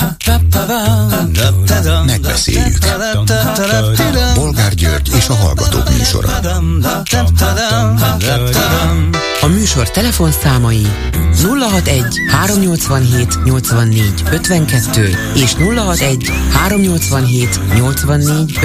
Megbeszéljük. Bolgár György és a Hallgatók műsora. A műsor telefonszámai 061 387 84 52 és 061 387 84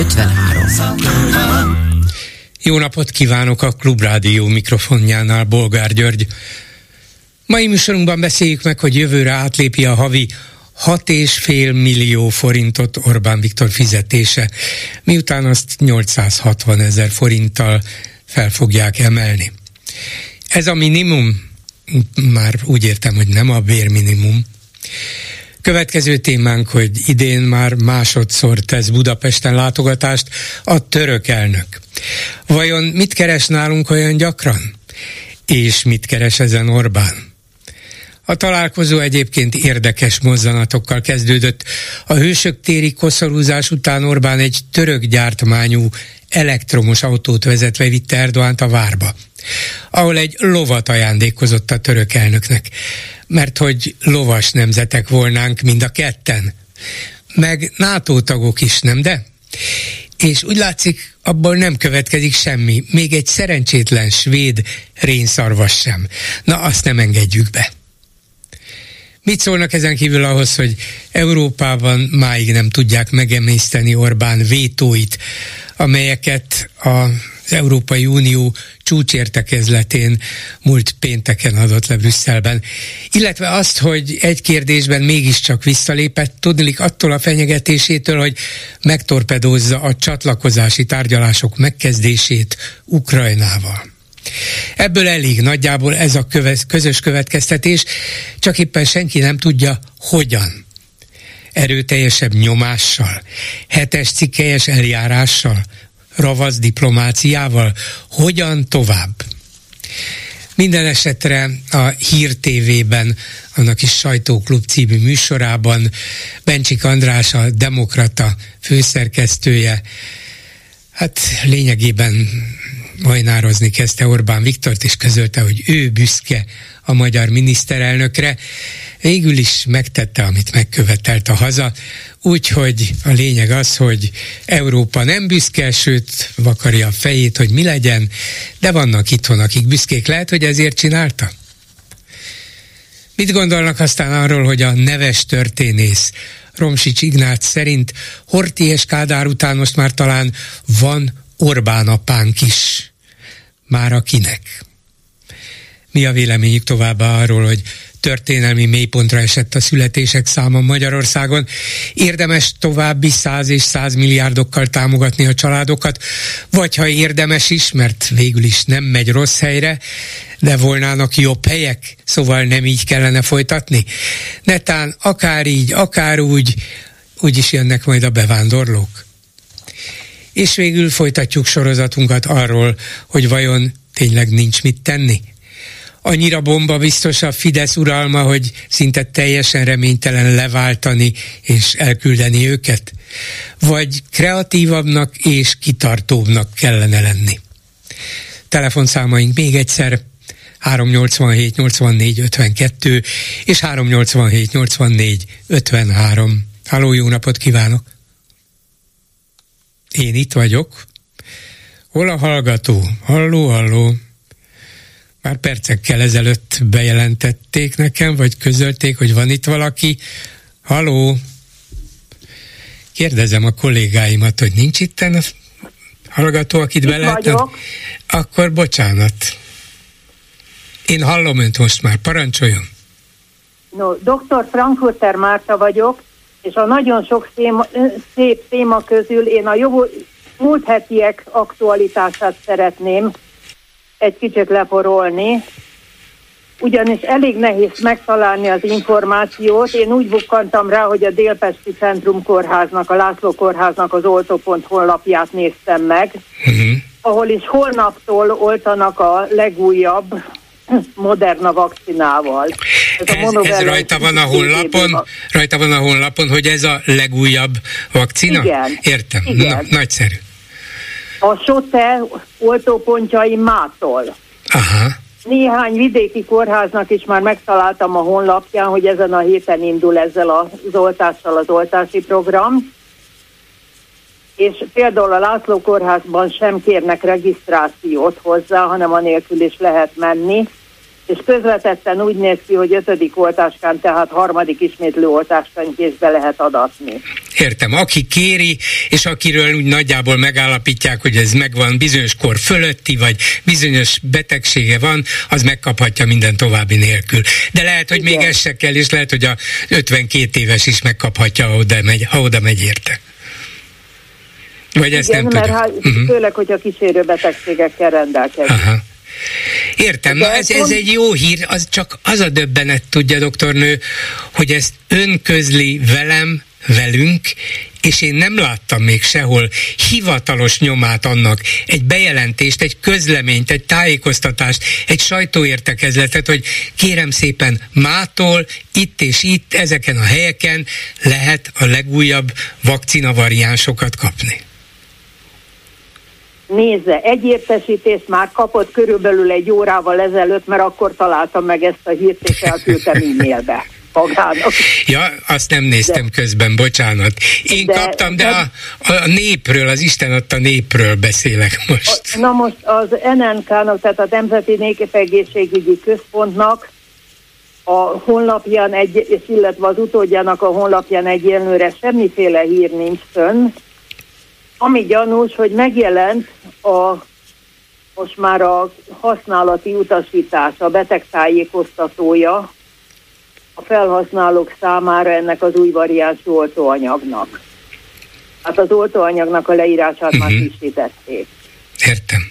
53. Jó napot kívánok a Klubrádió mikrofonjánál, Bolgár György. Mai műsorunkban beszéljük meg, hogy jövőre átlépi a havi 6,5 millió forintot Orbán Viktor fizetése, miután azt 860 000 forinttal fel fogják emelni. Ez a minimum, már úgy értem, hogy nem a bérminimum. Következő témánk, hogy idén már másodszor tesz Budapesten látogatást a török elnök. Vajon mit keres nálunk olyan gyakran? És mit keres ezen Orbán? A találkozó egyébként érdekes mozzanatokkal kezdődött. A Hősök téri koszorúzás után Orbán egy török gyártmányú elektromos autót vezetve vitte Erdoğant a várba, ahol egy lovat ajándékozott a török elnöknek, mert hogy lovas nemzetek volnánk mind a ketten, meg NATO tagok is, nem de? És úgy látszik, abból nem következik semmi, még egy szerencsétlen svéd rénszarvas sem. Na, azt nem engedjük be. Mit szólnak ezen kívül ahhoz, hogy Európában máig nem tudják megemészteni Orbán vétóit, amelyeket az Európai Unió csúcsértekezletén múlt pénteken adott le Brüsszelben. Illetve azt, hogy egy kérdésben mégiscsak visszalépett, tudniillik attól a fenyegetésétől, hogy megtorpedózza a csatlakozási tárgyalások megkezdését Ukrajnával. Ebből elég nagyjából ez a közös következtetés, csak éppen senki nem tudja, hogyan. Erőteljesebb nyomással, 7-es cikkelyes eljárással, ravasz diplomáciával, hogyan tovább. Minden esetre a Hír TV-ben, annak is Sajtóklub című műsorában Bencsik András, a Demokrata főszerkesztője, hát lényegében majnározni kezdte Orbán Viktort, és közölte, hogy ő büszke a magyar miniszterelnökre. Végül is megtette, amit megkövetelt a haza, úgyhogy a lényeg az, hogy Európa nem büszke, sőt vakarja a fejét, hogy mi legyen, de vannak itthon, akik büszkék. Lehet, hogy ezért csinálta? Mit gondolnak aztán arról, hogy a neves történész Romsics Ignác szerint Horthy és Kádár után most már talán van Orbán apánk is? Már akinek? Mi a véleményük továbbá arról, hogy történelmi mélypontra esett a születések száma Magyarországon? Érdemes további 100 és 100 milliárdokkal támogatni a családokat, vagy ha érdemes is, mert végül is nem megy rossz helyre, de volnának jobb helyek, szóval nem így kellene folytatni? Netán akár így, akár úgy, úgyis jönnek majd a bevándorlók. És végül folytatjuk sorozatunkat arról, hogy vajon tényleg nincs mit tenni. Annyira bomba biztos a Fidesz uralma, hogy szinte teljesen reménytelen leváltani és elküldeni őket? Vagy kreatívabbnak és kitartóbbnak kellene lenni? Telefonszámaink még egyszer 387 84 52 és 387 84 53. Halló, jó napot kívánok! Én itt vagyok. Hol a hallgató? Halló. Már percekkel ezelőtt bejelentették nekem, vagy közölték, hogy van itt valaki. Halló. Kérdezem a kollégáimat, hogy nincs itten a hallgató, akit be lehetne. Akkor bocsánat. Én hallom önt most már, parancsoljon. No, Dr. Frankfurter Márta vagyok, és a nagyon sok szép téma közül én a múlt hetiek aktualitását szeretném egy kicsit leporolni, ugyanis elég nehéz megtalálni az információt. Én úgy bukkantam rá, hogy a Délpesti Centrum Kórháznak, a László Kórháznak az oltó.hu honlapját néztem meg, ahol is holnaptól oltanak a legújabb Moderna vakcinával. Ez rajta van a honlapon, hogy ez a legújabb vakcina? Igen. Értem. Igen. Na, nagyszerű. A SOTE oltópontjai mától. Aha. Néhány vidéki kórháznak is már megtaláltam a honlapján, hogy ezen a héten indul ezzel az oltással az oltási program. És például a László kórházban sem kérnek regisztrációt hozzá, hanem anélkül is lehet menni. És közvetetten úgy néz ki, hogy 5. oltáskán, tehát 3. ismétlő oltáskán is be lehet adatni. Értem, aki kéri, és akiről úgy nagyjából megállapítják, hogy ez megvan bizonyos kor fölötti, vagy bizonyos betegsége van, az megkaphatja minden további nélkül. De lehet, hogy igen, még ez se kell, és lehet, hogy a 52 éves is megkaphatja, ha oda megy érte. Vagy ezt igen, nem mert főleg, hogy a kísérő betegségekkel rendelkezik. Aha. Értem, na ez egy jó hír, az csak az a döbbenet, tudja, doktornő, hogy ezt ön közli velünk, és én nem láttam még sehol hivatalos nyomát annak, egy bejelentést, egy közleményt, egy tájékoztatást, egy sajtóértekezletet, hogy kérem szépen, mától itt és itt, ezeken a helyeken lehet a legújabb vakcinavariánsokat kapni. Nézze, egy értesítést már kapott körülbelül 1 órával ezelőtt, mert akkor találtam meg ezt a hírt, és elküldtem e-mailbe magának. Ja, azt nem néztem közben, bocsánat. Én kaptam, de a népről, az Isten adta népről beszélek most. Na most az NNK-nak, tehát a Nemzeti Népegészségügyi Központnak a honlapján, illetve az utódjának a honlapján egyenlőre semmiféle hír nincs fönn, ami gyanús, hogy megjelent most már a használati utasítás, a betegtájékoztatója a felhasználók számára ennek az új variánsú oltóanyagnak. Hát az oltóanyagnak a leírását már frissítették. Értem.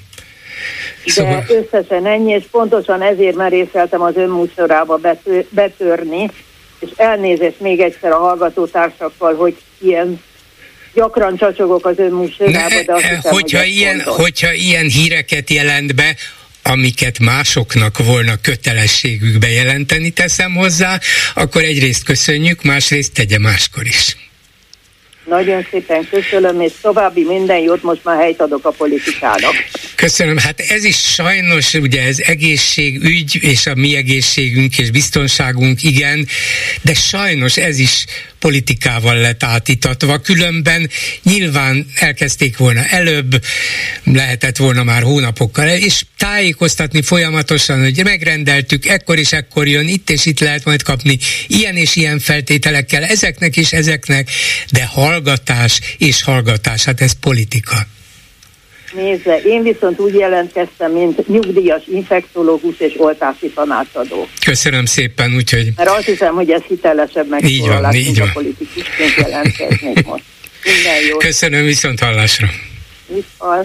De összesen ennyi, és pontosan ezért merészeltem az önműsorába betörni, és elnézést még egyszer a hallgatótársakkal, hogy ilyen gyakran csacsogok az önműsorába, de azt hiszem, hogyha ilyen híreket jelent be, amiket másoknak volna kötelességük bejelenteni, teszem hozzá, akkor egyrészt köszönjük, másrészt tegye máskor is. Nagyon szépen köszönöm, és további minden jót, most már helyt adok a politikának. Köszönöm, hát ez is sajnos, ugye ez egészségügy, és a mi egészségünk és biztonságunk, igen, de sajnos ez is politikával lett átítatva, különben nyilván elkezdték volna előbb, lehetett volna már hónapokkal, és tájékoztatni folyamatosan, hogy megrendeltük, ekkor és ekkor jön, itt és itt lehet majd kapni, ilyen és ilyen feltételekkel, ezeknek és ezeknek, de hallgatás és hallgatás, hát ez politika. Nézze, én viszont úgy jelentkeztem, mint nyugdíjas infektológus és oltási tanácsadó. Köszönöm szépen, úgyhogy... Mert azt hiszem, hogy ez hitelesebb megszólalás, mint a politikusként jelentkeznék most. Minden jó. Köszönöm, viszont hallásra. Viszont.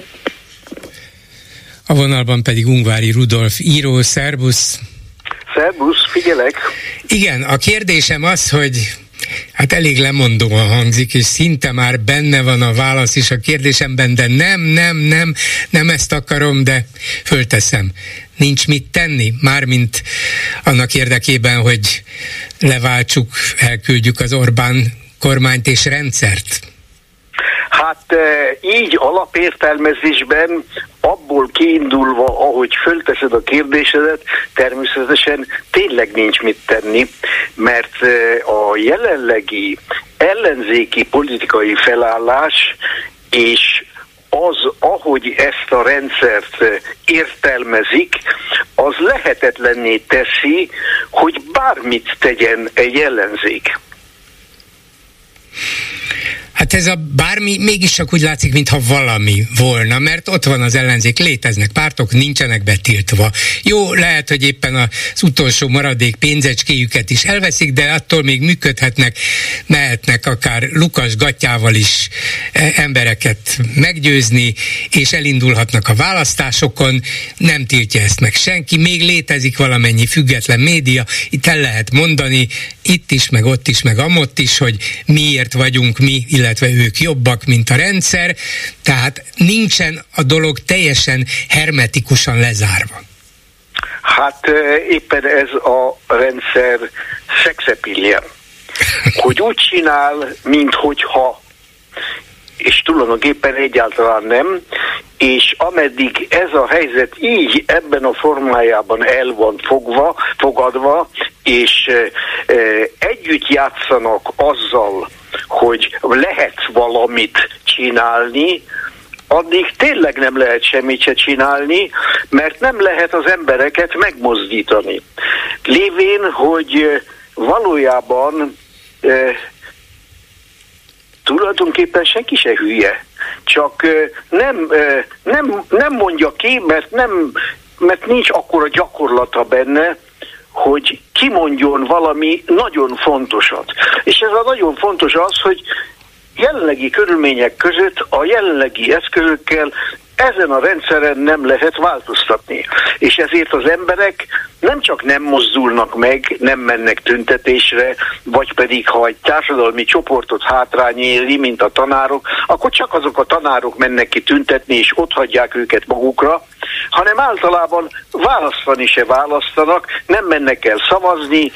A vonalban pedig Ungvári Rudolf író, szervusz. Szervusz, figyelek. Igen, a kérdésem az, hogy hát elég lemondóan hangzik, és szinte már benne van a válasz is a kérdésemben, de nem ezt akarom, de fölteszem. Nincs mit tenni, mármint annak érdekében, hogy leváltsuk, elküldjük az Orbán kormányt és rendszert. Hát így alapértelmezésben, abból kiindulva, ahogy fölteszed a kérdésedet, természetesen tényleg nincs mit tenni, mert a jelenlegi ellenzéki politikai felállás és az, ahogy ezt a rendszert értelmezik, az lehetetlenné teszi, hogy bármit tegyen egy ellenzék. Hát ez a bármi mégis csak úgy látszik, mintha valami volna, mert ott van az ellenzék, léteznek pártok, nincsenek betiltva. Jó, lehet, hogy éppen az utolsó maradék pénzecskéjüket is elveszik, de attól még működhetnek, mehetnek akár Lukas gatyával is embereket meggyőzni, és elindulhatnak a választásokon, nem tiltja ezt meg senki, még létezik valamennyi független média, itt el lehet mondani, itt is, meg ott is, meg amott is, hogy miért vagyunk mi, illetve ők jobbak, mint a rendszer, tehát nincsen a dolog teljesen hermetikusan lezárva. Hát éppen ez a rendszer szexepiljen, hogy úgy csinál, minthogyha, és tulajdonképpen egyáltalán nem, és ameddig ez a helyzet így ebben a formájában el van fogadva, és együtt játszanak azzal, hogy lehet valamit csinálni, addig tényleg nem lehet semmit se csinálni, mert nem lehet az embereket megmozdítani. Lévén, hogy valójában tulajdonképpen senki se hülye, csak nem mondja ki, mert nincs akkora gyakorlata benne, hogy kimondjon valami nagyon fontosat. És ez a nagyon fontos az, hogy jelenlegi körülmények között a jelenlegi eszközökkel ezen a rendszeren nem lehet változtatni. És ezért az emberek nem csak nem mozdulnak meg, nem mennek tüntetésre, vagy pedig ha egy társadalmi csoportot hátrány éri, mint a tanárok, akkor csak azok a tanárok mennek ki tüntetni, és ott hagyják őket magukra, hanem általában választani se választanak, nem mennek el szavazni.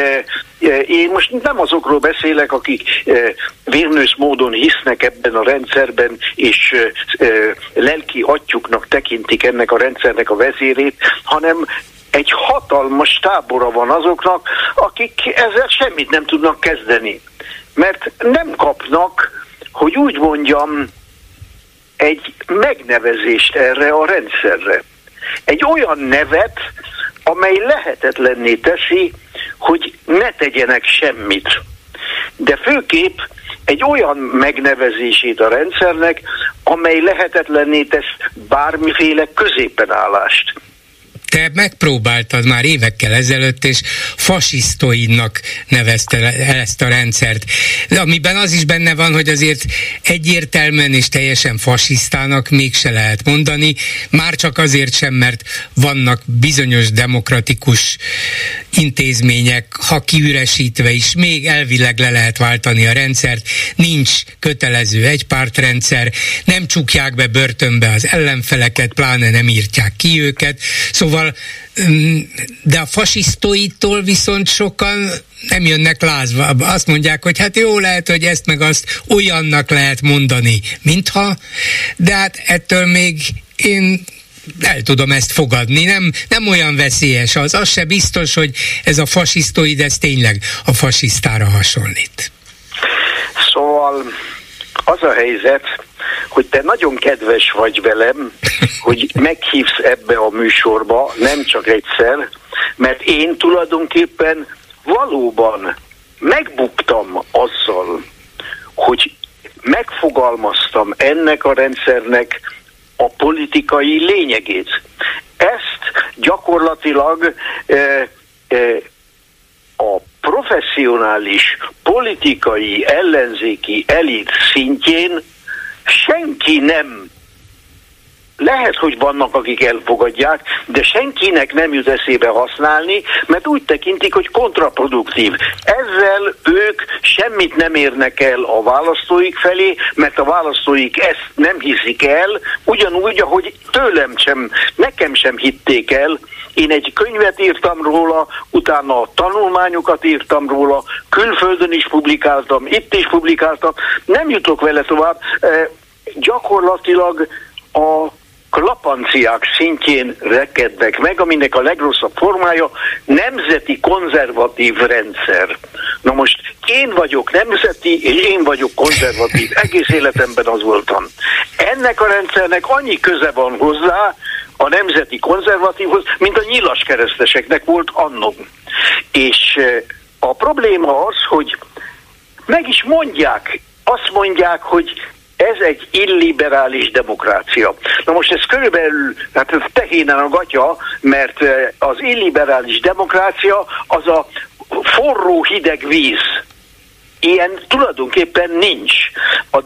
Én most nem azokról beszélek, akik vérnős módon hisznek ebben a rendszerben, és lelki atyuknak tekintik ennek a rendszernek a vezérét, hanem egy hatalmas tábora van azoknak, akik ezzel semmit nem tudnak kezdeni. Mert nem kapnak, hogy úgy mondjam, egy megnevezést erre a rendszerre. Egy olyan nevet, amely lehetetlenné teszi, hogy ne tegyenek semmit. De főképp egy olyan megnevezését a rendszernek, amely lehetetlenné tesz bármiféle középen állást. Te megpróbáltad már évekkel ezelőtt, és fasisztoidnak nevezte ezt a rendszert. Amiben az is benne van, hogy azért egyértelműen és teljesen fasisztának mégse lehet mondani, már csak azért sem, mert vannak bizonyos demokratikus intézmények, ha kiüresítve is, még elvileg le lehet váltani a rendszert, nincs kötelező egypártrendszer, nem csukják be börtönbe az ellenfeleket, pláne nem írtják ki őket, szóval de a fasisztoitól viszont sokan nem jönnek lázba. Azt mondják, hogy hát jó, lehet, hogy ezt meg azt olyannak lehet mondani, mintha, de hát ettől még én el tudom ezt fogadni, nem olyan veszélyes az se biztos, hogy ez a fasisztoid, ez tényleg a fasisztára hasonlít. Szóval az a helyzet, hogy te nagyon kedves vagy velem, hogy meghívsz ebbe a műsorba, nem csak egyszer, mert én tulajdonképpen valóban megbuktam azzal, hogy megfogalmaztam ennek a rendszernek a politikai lényegét. Ezt gyakorlatilag a professzionális politikai ellenzéki elit szintjén senki nem, lehet, hogy vannak, akik elfogadják, de senkinek nem jut eszébe használni, mert úgy tekintik, hogy kontraproduktív. Ezzel ők semmit nem érnek el a választóik felé, mert a választóik ezt nem hiszik el, ugyanúgy, ahogy nekem sem hitték el. Én egy könyvet írtam róla, utána tanulmányokat írtam róla, külföldön is publikáltam, itt is publikáltam, nem jutok vele tovább. Gyakorlatilag a klapanciák szintjén rekednek meg, aminek a legrosszabb formája nemzeti konzervatív rendszer. Na most én vagyok nemzeti, és én vagyok konzervatív. Egész életemben az voltam. Ennek a rendszernek annyi köze van hozzá, a nemzeti konzervatívhoz, mint a nyilas kereszteseknek volt anno. És a probléma az, hogy meg is mondják, azt mondják, hogy ez egy illiberális demokrácia. Na most ez körülbelül, hát ez tehénen a gatya, mert az illiberális demokrácia az a forró hideg víz. Ilyen tulajdonképpen nincs. A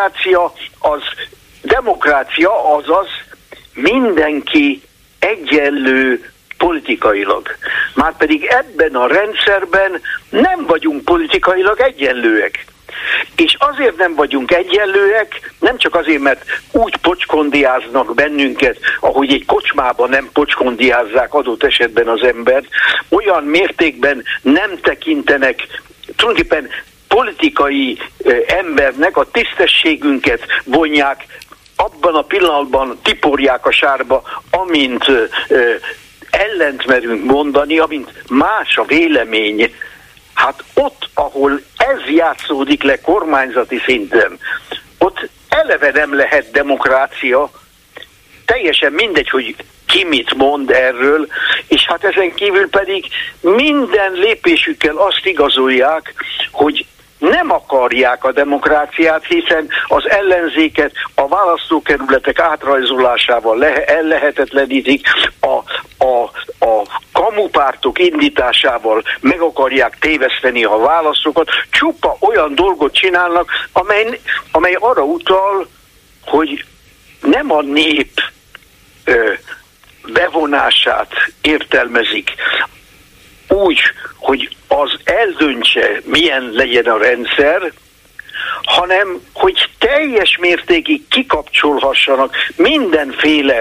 demokrácia azaz mindenki egyenlő politikailag. Márpedig ebben a rendszerben nem vagyunk politikailag egyenlőek. És azért nem vagyunk egyenlőek, nem csak azért, mert úgy pocskondiáznak bennünket, ahogy egy kocsmában nem pocskondiázzák adott esetben az embert, olyan mértékben nem tekintenek tulajdonképpen politikai embernek, a tisztességünket vonják abban a pillanatban tiporják a sárba, amint ellent merünk mondani, amint más a vélemény. Hát ott, ahol ez játszódik le kormányzati szinten, ott eleve nem lehet demokrácia, teljesen mindegy, hogy ki mit mond erről, és hát ezen kívül pedig minden lépésükkel azt igazolják, hogy nem akarják a demokráciát, hiszen az ellenzéket a választókerületek átrajzolásával ellehetetlenítik, a kamupártok indításával meg akarják téveszteni a választókat, csupa olyan dolgot csinálnak, amely arra utal, hogy nem a nép bevonását értelmezik úgy, hogy az eldöntse, milyen legyen a rendszer, hanem hogy teljes mértékig kikapcsolhassanak mindenféle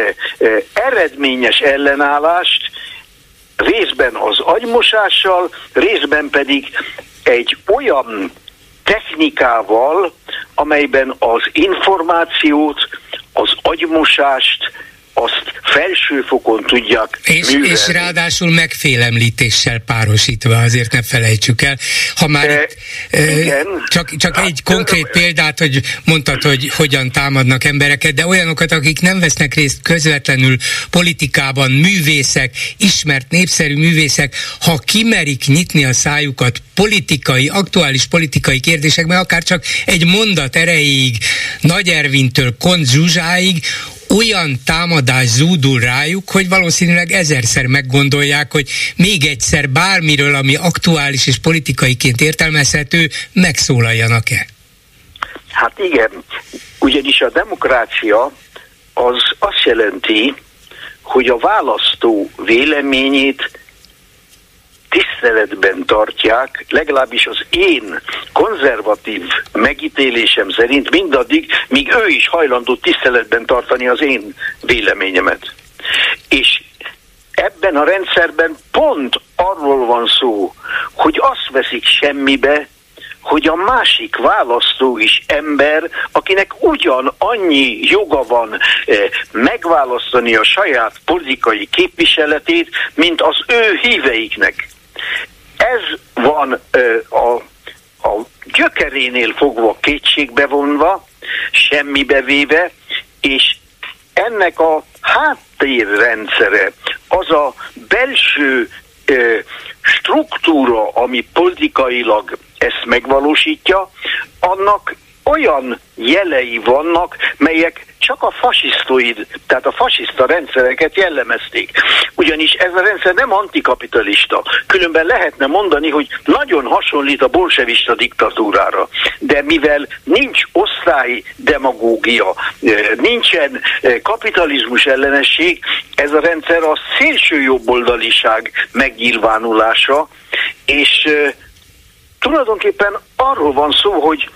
eredményes ellenállást, részben az agymosással, részben pedig egy olyan technikával, amelyben az információt, az agymosást, azt felsőfokon tudják művelni. És ráadásul megfélemlítéssel párosítva, azért ne felejtsük el. Ha már csak egy konkrét példát, hogy mondtad, hogy hogyan támadnak embereket, de olyanokat, akik nem vesznek részt közvetlenül politikában, művészek, ismert, népszerű művészek, ha kimerik nyitni a szájukat aktuális politikai kérdésekben, akár csak egy mondat erejéig, Nagy Ervintől Kont Zsuzsáig, olyan támadás zúdul rájuk, hogy valószínűleg ezerszer meggondolják, hogy még egyszer bármiről, ami aktuális és politikaiként értelmezhető, megszólaljanak-e? Hát igen, ugyanis a demokrácia az azt jelenti, hogy a választó véleményét tiszteletben tartják, legalábbis az én konzervatív megítélésem szerint mindaddig, míg ő is hajlandó tiszteletben tartani az én véleményemet. És ebben a rendszerben pont arról van szó, hogy azt veszik semmibe, hogy a másik választó is ember, akinek ugyan annyi joga van megválasztani a saját politikai képviseletét, mint az ő híveiknek. Ez van a gyökerénél fogva kétségbe vonva, semmibe véve, és ennek a háttérrendszere, az a belső struktúra, ami politikailag ezt megvalósítja, annak olyan jelei vannak, melyek csak a fasisztoid, tehát a fasiszta rendszereket jellemezték. Ugyanis ez a rendszer nem antikapitalista. Különben lehetne mondani, hogy nagyon hasonlít a bolsevista diktatúrára. De mivel nincs osztálydemagógia, nincsen kapitalizmus ellenesség, ez a rendszer a szélső jobboldaliság megnyilvánulása, és tulajdonképpen arról van szó, hogy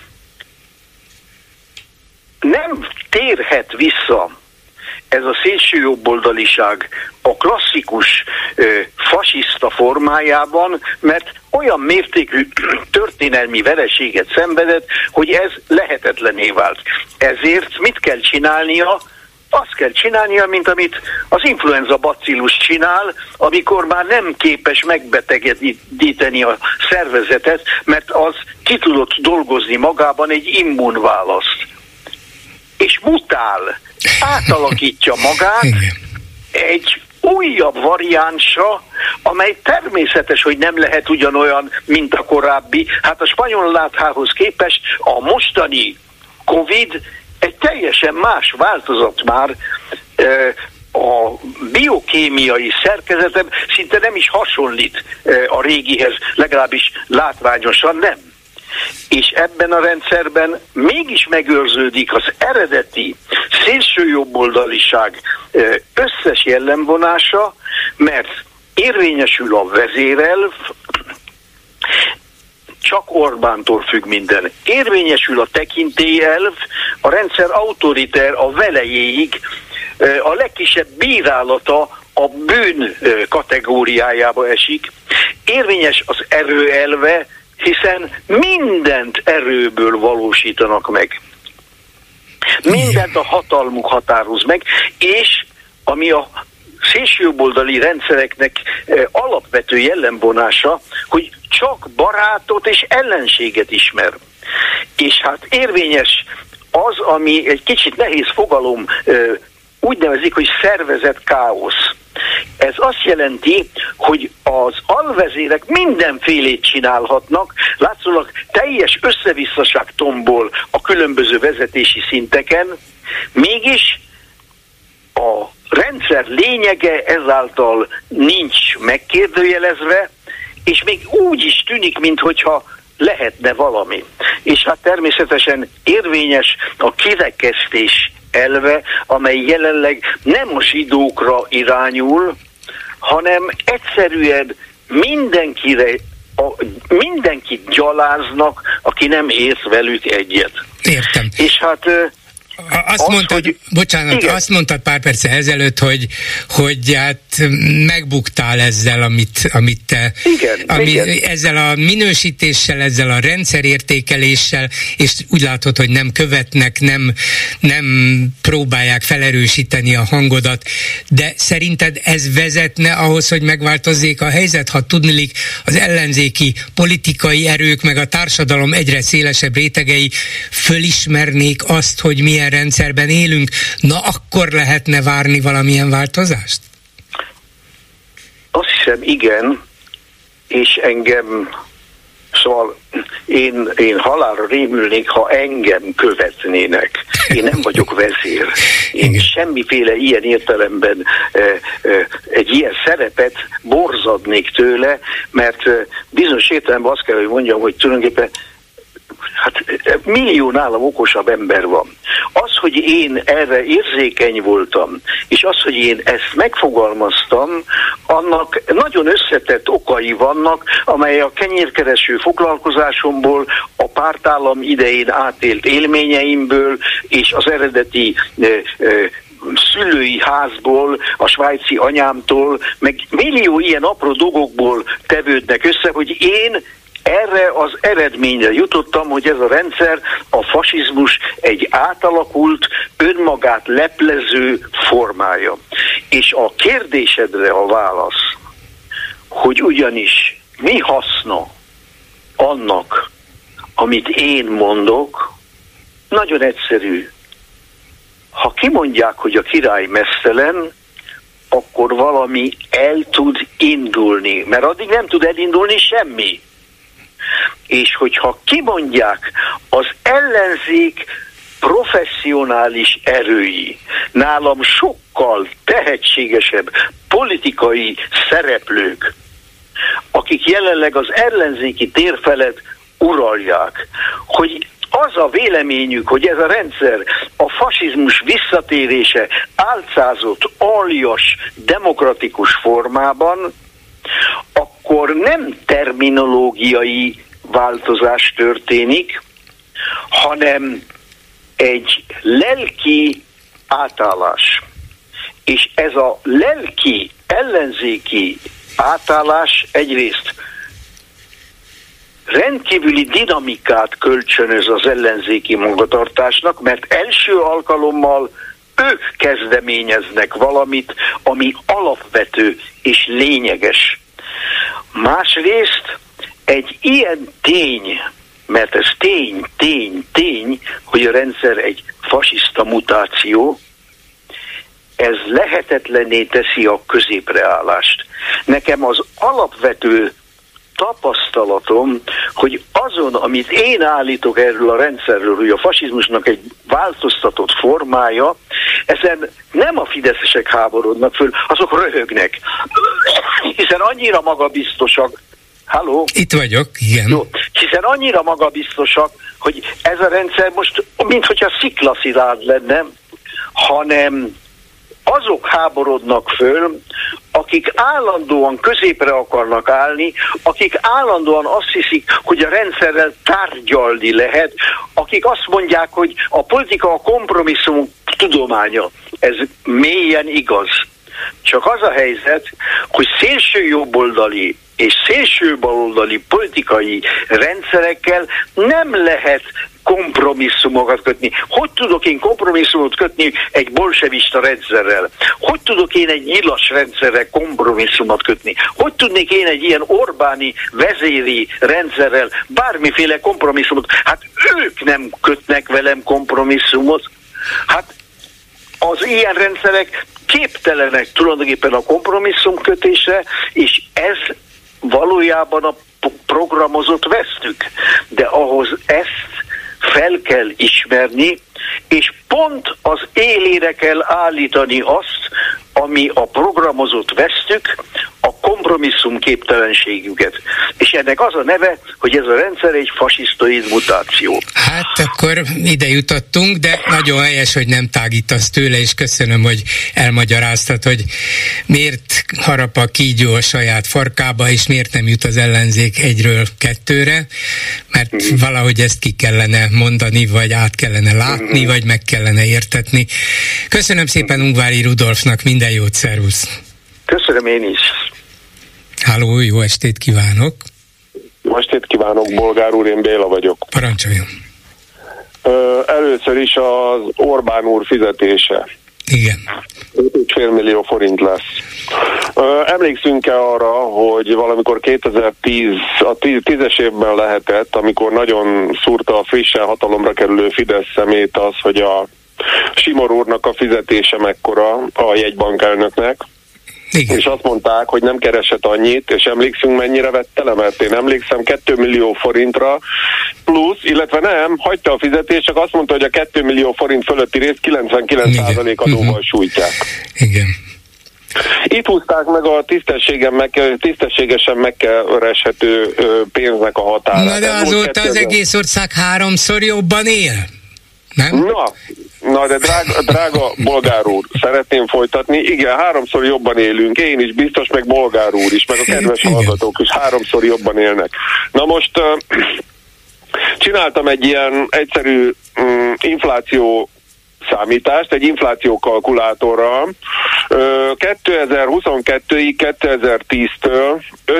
nem térhet vissza ez a szélsőjobboldaliság a klasszikus fasiszta formájában, mert olyan mértékű történelmi vereséget szenvedett, hogy ez lehetetlenné vált. Ezért mit kell csinálnia? Azt kell csinálnia, mint amit az influenza bacillus csinál, amikor már nem képes megbetegedíteni a szervezetet, mert az ki tudott dolgozni magában egy immunválaszt. És mutál, átalakítja magát egy újabb variánsa, amely természetes, hogy nem lehet ugyanolyan, mint a korábbi. Hát a spanyol láthához képest a mostani Covid egy teljesen más változat már, a biokémiai szerkezetem szinte nem is hasonlít a régihez, legalábbis látványosan nem. És ebben a rendszerben mégis megőrződik az eredeti szélsőjobboldaliság összes jellemvonása, mert érvényesül a vezérelv, csak Orbántól függ minden. Érvényesül a tekintélyelv, a rendszer autoriter a velejéig, a legkisebb bírálata a bűn kategóriájába esik. Érvényes az erőelve, hiszen mindent erőből valósítanak meg. Mindent a hatalmuk határoz meg, és ami a szélsőjobboldali rendszereknek alapvető jellemvonása, hogy csak barátot és ellenséget ismer. És hát érvényes az, ami egy kicsit nehéz fogalom, úgy nevezik, hogy szervezett káosz. Ez azt jelenti, hogy az alvezérek mindenfélét csinálhatnak, látszólag teljes összevisszaság tombol a különböző vezetési szinteken, mégis a rendszer lényege ezáltal nincs megkérdőjelezve, és még úgy is tűnik, minthogyha lehetne valami. És hát természetesen érvényes a kirekesztés elve, amely jelenleg nem a zsidókra irányul, hanem egyszerűen mindenkit gyaláznak, aki nem ért velük egyet. Értem. És hát azt mondtad pár perc ezelőtt, hogy hát megbuktál ezzel, amit te, igen. Ezzel a minősítéssel, ezzel a rendszerértékeléssel, és úgy látod, hogy nem követnek, nem próbálják felerősíteni a hangodat, de szerinted ez vezetne ahhoz, hogy megváltozzék a helyzet, ha tudniillik az ellenzéki politikai erők, meg a társadalom egyre szélesebb rétegei fölismernék azt, hogy milyen rendszerben élünk, na akkor lehetne várni valamilyen változást? Azt hiszem, igen, és engem, szóval én halálra rémülnék, ha engem követnének. Én nem vagyok vezér. Én semmiféle ilyen értelemben egy ilyen szerepet borzadnék tőle, mert bizonyos értelemben azt kell, hogy mondjam, hogy tulajdonképpen hát millió nálam okosabb ember van. Az, hogy én erre érzékeny voltam, és az, hogy én ezt megfogalmaztam, annak nagyon összetett okai vannak, amely a kenyérkereső foglalkozásomból, a pártállam idején átélt élményeimből, és az eredeti szülői házból, a svájci anyámtól, meg millió ilyen apró dolgokból tevődnek össze, hogy én erre az eredményre jutottam, hogy ez a rendszer, a fasizmus egy átalakult, önmagát leplező formája. És a kérdésedre a válasz, hogy ugyanis mi haszna annak, amit én mondok, nagyon egyszerű. Ha kimondják, hogy a király meztelen, akkor valami el tud indulni, mert addig nem tud elindulni semmi. És hogyha kimondják, az ellenzék professzionális erői, nálam sokkal tehetségesebb politikai szereplők, akik jelenleg az ellenzéki tér felett uralják, hogy az a véleményük, hogy ez a rendszer a fasizmus visszatérése álcázott, aljas, demokratikus formában, akkor nem terminológiai változás történik, hanem egy lelki átállás. És ez a lelki, ellenzéki átállás egyrészt rendkívüli dinamikát kölcsönöz az ellenzéki magatartásnak, mert első alkalommal ők kezdeményeznek valamit, ami alapvető és lényeges. Másrészt egy ilyen tény, mert ez tény, hogy a rendszer egy fasiszta mutáció, ez lehetetlenné teszi a középreállást. Nekem az alapvető tapasztalatom, hogy azon, amit én állítok erről a rendszerről, hogy a fasizmusnak egy változtatott formája, ezen nem a fideszesek háborodnak föl, azok röhögnek. Hiszen annyira magabiztosak, halló? Itt vagyok, igen. Jó, hiszen annyira magabiztosak, hogy ez a rendszer most, minthogyha sziklaszilárd lenne, hanem azok háborodnak föl, akik állandóan középre akarnak állni, akik állandóan azt hiszik, hogy a rendszerrel tárgyalni lehet, akik azt mondják, hogy a politika a kompromisszum tudománya. Ez mélyen igaz. Csak az a helyzet, hogy szélső jobboldali és szélső baloldali politikai rendszerekkel nem lehet kompromisszumokat kötni? Hogy tudok én kompromisszumot kötni egy bolsevista rendszerrel? Hogy tudok én egy nyilas rendszerrel kompromisszumot kötni? Hogy tudnék én egy ilyen Orbáni vezéri rendszerrel bármiféle kompromisszumot? Hát ők nem kötnek velem kompromisszumot. Hát az ilyen rendszerek képtelenek tulajdonképpen a kompromisszumkötésre, és ez valójában a programozott vesztük. De ahhoz ezt fel kell ismerni, és pont az élére kell állítani azt, ami a programozott vesztük, a kompromisszum képtelenségüket. És ennek az a neve, hogy ez a rendszer egy fasisztoid mutáció. Hát akkor ide jutottunk, de nagyon helyes, hogy nem tágítasz tőle, és köszönöm, hogy elmagyaráztad, hogy miért harap a kígyó a saját farkába, és miért nem jut az ellenzék 1-ről 2-re, mert valahogy ezt ki kellene mondani, vagy át kellene látni, vagy meg kellene értetni. Köszönöm szépen Ungvári Rudolfnak, minden jót, szervusz! Köszönöm én is! Halló, jó estét kívánok! Jó estét kívánok, Bolgár úr, én Béla vagyok. Parancsoljon! Először is az Orbán úr fizetése. Igen. 5,5 millió forint lesz. Emlékszünk-e arra, hogy valamikor 2010, a 10-es évben lehetett, amikor nagyon szúrta a frissen hatalomra kerülő Fidesz szemét az, hogy a Simor úrnak a fizetése mekkora a jegybank elnöknek. Igen. És azt mondták, hogy nem keresett annyit, és emlékszünk mennyire vette le, mert én emlékszem 2 millió forintra plusz, illetve nem, hagyta a fizetést, csak azt mondta, hogy a 2 millió forint fölötti részt 99% adóval sújtják. Igen. Itt húzták meg a tisztességesen megkereshető pénznek a határát. Na de azóta az egész ország 3-szor jobban él, nem? Na de drága Bolgár úr, szeretném folytatni. Igen, 3-szor jobban élünk, én is biztos, meg Bolgár úr is, meg a kedves hallgatók is 3-szor jobban élnek. Na most csináltam egy ilyen egyszerű infláció számítást, egy inflációkalkulátorral. 2022-ig 2010-től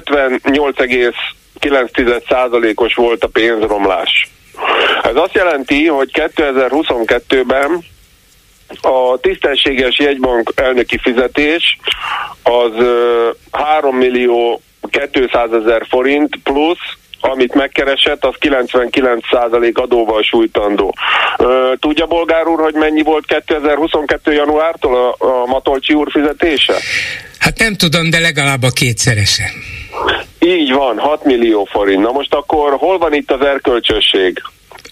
58,9%-os volt a pénzromlás. Ez azt jelenti, hogy 2022-ben a tisztességes jegybank elnöki fizetés az 3 millió 200 000 forint plusz, amit megkeresett, az 99% adóval sújtandó. Tudja, Bolgár úr, hogy mennyi volt 2022. januártól a Matolcsi úr fizetése? Hát nem tudom, de legalább a kétszerese. Így van, 6 millió forint. Na most akkor hol van itt az erkölcsösség?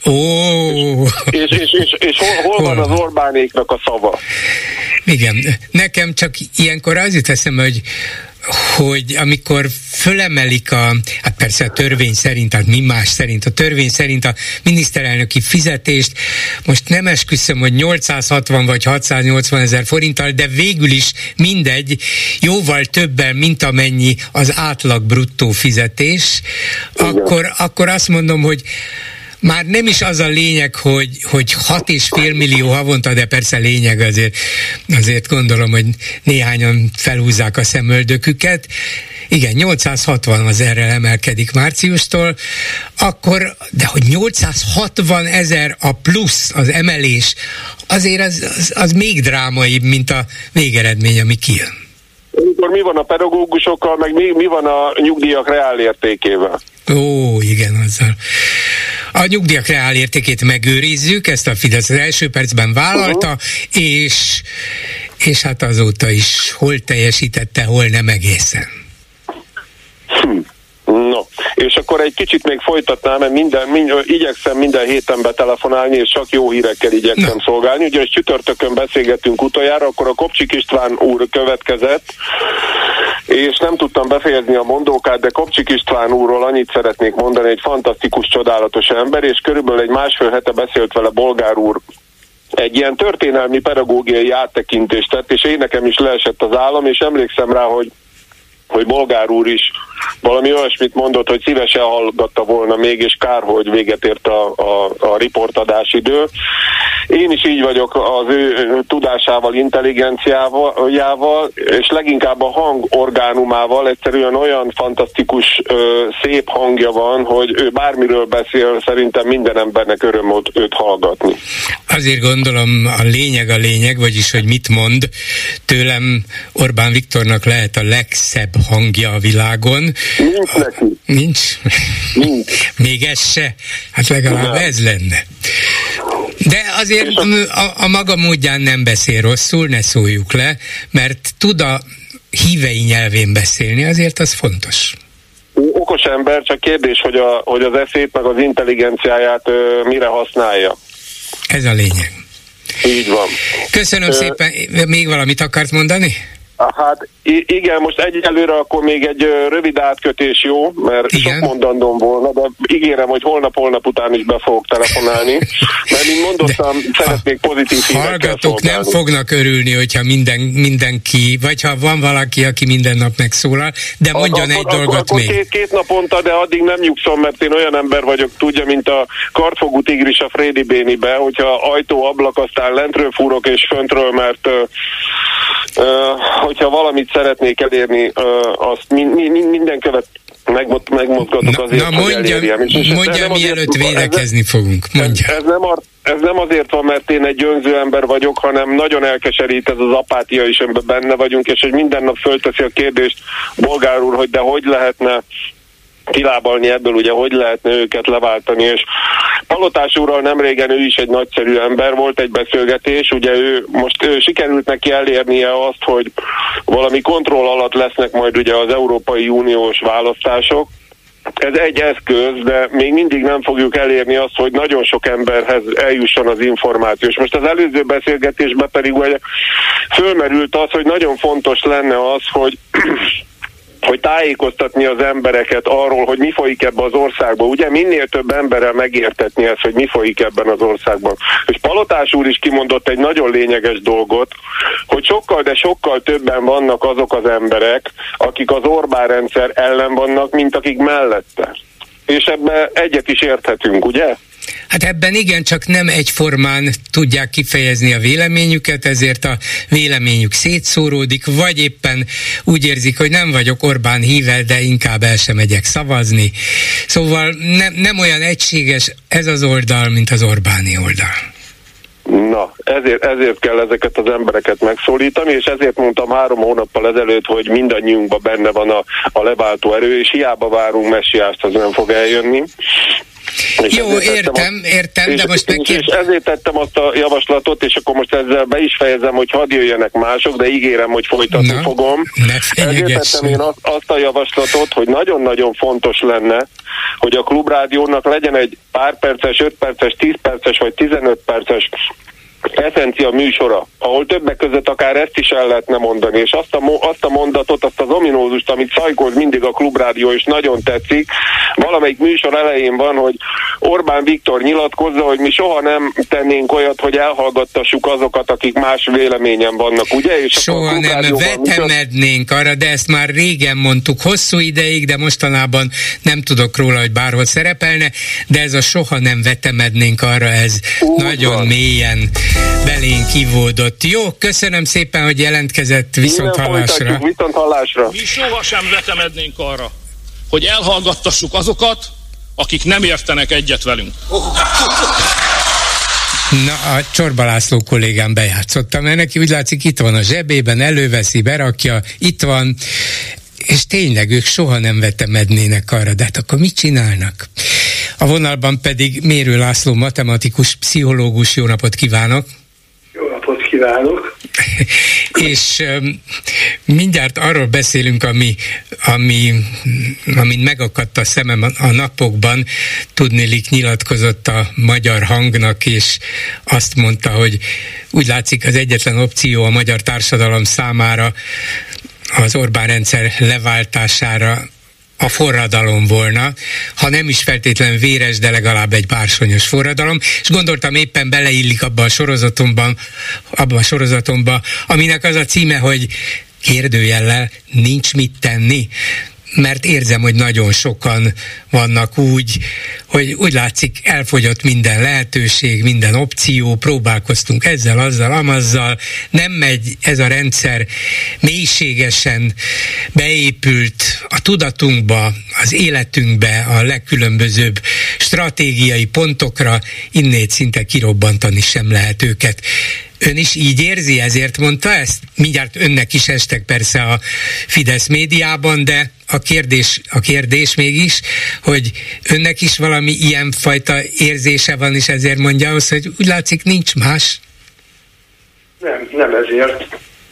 És hol van az Orbánéknak a szava? Igen, nekem csak ilyenkor az jut eszembe, hogy amikor fölemelik hát persze a törvény szerint, tehát mi más szerint, a törvény szerint a miniszterelnöki fizetést, most nem esküszöm, hogy 860 vagy 680 000 forinttal, de végül is mindegy, jóval többen, mint amennyi az átlag bruttó fizetés, akkor azt mondom, hogy már nem is az a lényeg, hogy 6,5 millió havonta, de persze lényeg azért gondolom, hogy néhányan felhúzzák a szemöldöküket. Igen, 860 az erre emelkedik márciustól, akkor, de hogy 860 000 a plusz, az emelés, azért az még drámaibb, mint a végeredmény, ami kijön. Akkor mi van a pedagógusokkal, meg mi van a nyugdíjak reálértékével? Ó, igen, azzal. A nyugdíjak reálértékét megőrizzük, ezt a Fidesz az első percben vállalta, és hát azóta is hol teljesítette, hol nem egészen. No, és akkor egy kicsit még folytatnám, mert igyekszem minden héten betelefonálni, és csak jó hírekkel igyekszem szolgálni. Ugyanis csütörtökön beszélgettünk utoljára, akkor a Kopcsik István úr következett, és nem tudtam befejezni a mondókát, de Kopcsik István úrról annyit szeretnék mondani, egy fantasztikus, csodálatos ember, és körülbelül egy másfél hete beszélt vele Bolgár úr, egy ilyen történelmi pedagógiai áttekintést tett, és én nekem is leesett az állam, és emlékszem rá, hogy hogy Bolgár úr is valami olyasmit mondott, hogy szívesen hallgatta volna még, és kár, hogy véget ért a riportadás idő. Én is így vagyok az ő tudásával, intelligenciával, és leginkább a hangorgánumával. Egyszerűen olyan fantasztikus, szép hangja van, hogy ő bármiről beszél, szerintem minden embernek öröm őt hallgatni. Azért gondolom a lényeg, vagyis hogy mit mond. Tőlem Orbán Viktornak lehet a legszebb hangja a világon. Nincs neki. Nincs? Még ez se? Hát legalább nem. Ez lenne. De azért a maga módján nem beszél rosszul, ne szóljuk le, mert tud a hívei nyelvén beszélni, azért az fontos. Okos ember, csak kérdés, hogy az eszét meg az intelligenciáját mire használja. Ez a lényeg. Így van. Köszönöm szépen. Még valamit akart mondani? Hát igen, most egyelőre akkor még egy rövid átkötés jó, mert igen. Sok mondandóm volna, de ígérem, hogy holnap után is be fogok telefonálni, mert mint mondottam, szeretnék pozitív hírekkel hallgatók nem fognak örülni, hogyha mindenki, vagy ha van valaki, aki minden nap megszólal, de mondjon egy dolgot akkor még. Két naponta, de addig nem nyugszom, mert én olyan ember vagyok, tudja, mint a kartfogú tigris a Frédi Bénibe, hogyha ajtó, ablak, aztán lentről fúrok és föntről, mert hogyha valamit szeretnék elérni, azt minden követ megmozgatok azért, hogy elérjem. Mondja, mielőtt védekezni fogunk. Mondja. Ez nem azért van, mert én egy győző ember vagyok, hanem nagyon elkeserít ez az apátia is, amiben benne vagyunk, és hogy minden nap fölteszi a kérdést Bolgár úr, hogy de hogy lehetne kilábalni ebből, ugye hogy lehetne őket leváltani, és Palotás úrral nemrégen ő is egy nagyszerű ember, volt egy beszélgetés, ugye most sikerült neki elérnie azt, hogy valami kontroll alatt lesznek majd ugye az Európai Uniós választások. Ez egy eszköz, de még mindig nem fogjuk elérni azt, hogy nagyon sok emberhez eljusson az információ. És most az előző beszélgetésben pedig ugye fölmerült az, hogy nagyon fontos lenne az, hogy tájékoztatni az embereket arról, hogy mi folyik ebben az országban. Ugye minél több emberrel megértetni ezt, hogy mi folyik ebben az országban. És Palotás úr is kimondott egy nagyon lényeges dolgot, hogy sokkal, de sokkal többen vannak azok az emberek, akik az Orbán rendszer ellen vannak, mint akik mellette. És ebben egyet is érthetünk, ugye? Hát ebben igen, csak nem egyformán tudják kifejezni a véleményüket, ezért a véleményük szétszóródik, vagy éppen úgy érzik, hogy nem vagyok Orbán híve, de inkább el sem megyek szavazni. Szóval nem olyan egységes ez az oldal, mint az Orbáni oldal. Na, ezért kell ezeket az embereket megszólítani, és ezért mondtam 3 hónappal ezelőtt, hogy mindannyiunkban benne van a leváltó erő, és hiába várunk messiást, az nem fog eljönni. Jó, értem, de most és ezért tettem azt a javaslatot, és akkor most ezzel be is fejezem, hogy hadd jöjjenek mások, de ígérem, hogy folytatni fogom. Ezért tettem én azt a javaslatot, hogy nagyon-nagyon fontos lenne, hogy a Klubrádiónak legyen egy pár perces, 5 perces, 10 perces vagy 15 perces eszencia műsora, ahol többek között akár ezt is el lehetne mondani, és azt a mondatot, azt az ominózust, amit szajkoz mindig a Klubrádió, és nagyon tetszik, valamelyik műsor elején van, hogy Orbán Viktor nyilatkozza, hogy mi soha nem tennénk olyat, hogy elhallgattassuk azokat, akik más véleményen vannak, ugye? És soha nem vetemednénk arra, de ezt már régen mondtuk hosszú ideig, de mostanában nem tudok róla, hogy bárhol szerepelne, de ez a soha nem vetemednénk arra, ez nagyon mélyen belénk ivódott. Jó, köszönöm szépen, hogy jelentkezett, viszont hallásra. Viszont Mi sohasem vetemednénk arra, hogy elhallgattassuk azokat, akik nem értenek egyet velünk. Na, a Csorba László kollégám bejátszotta, mert neki úgy látszik, itt van a zsebében, előveszi, berakja, itt van, és tényleg ők soha nem vetemednének arra, de hát akkor mit csinálnak? A vonalban pedig Mérő László matematikus, pszichológus, jó napot kívánok! Jó napot kívánok! És mindjárt arról beszélünk, amin megakadt a szemem a napokban, tudniillik nyilatkozott a Magyar Hangnak, és azt mondta, hogy úgy látszik az egyetlen opció a magyar társadalom számára az Orbán rendszer leváltására a forradalom volna, ha nem is feltétlen véres, de legalább egy bársonyos forradalom, és gondoltam éppen beleillik abba a sorozatomba, aminek az a címe, hogy kérdőjellel, nincs mit tenni? Mert érzem, hogy nagyon sokan vannak úgy, hogy úgy látszik, elfogyott minden lehetőség, minden opció, próbálkoztunk ezzel, azzal, amazzal, nem megy ez a rendszer mélységesen beépült a tudatunkba, az életünkbe, a legkülönbözőbb stratégiai pontokra, innét szinte kirobbantani sem lehet őket. Ön is így érzi, ezért mondta ezt? Mindjárt önnek is estek persze a Fidesz médiában, de a kérdés mégis, hogy önnek is valami ilyenfajta érzése van, és ezért mondja azt, hogy úgy látszik, nincs más? Nem ezért.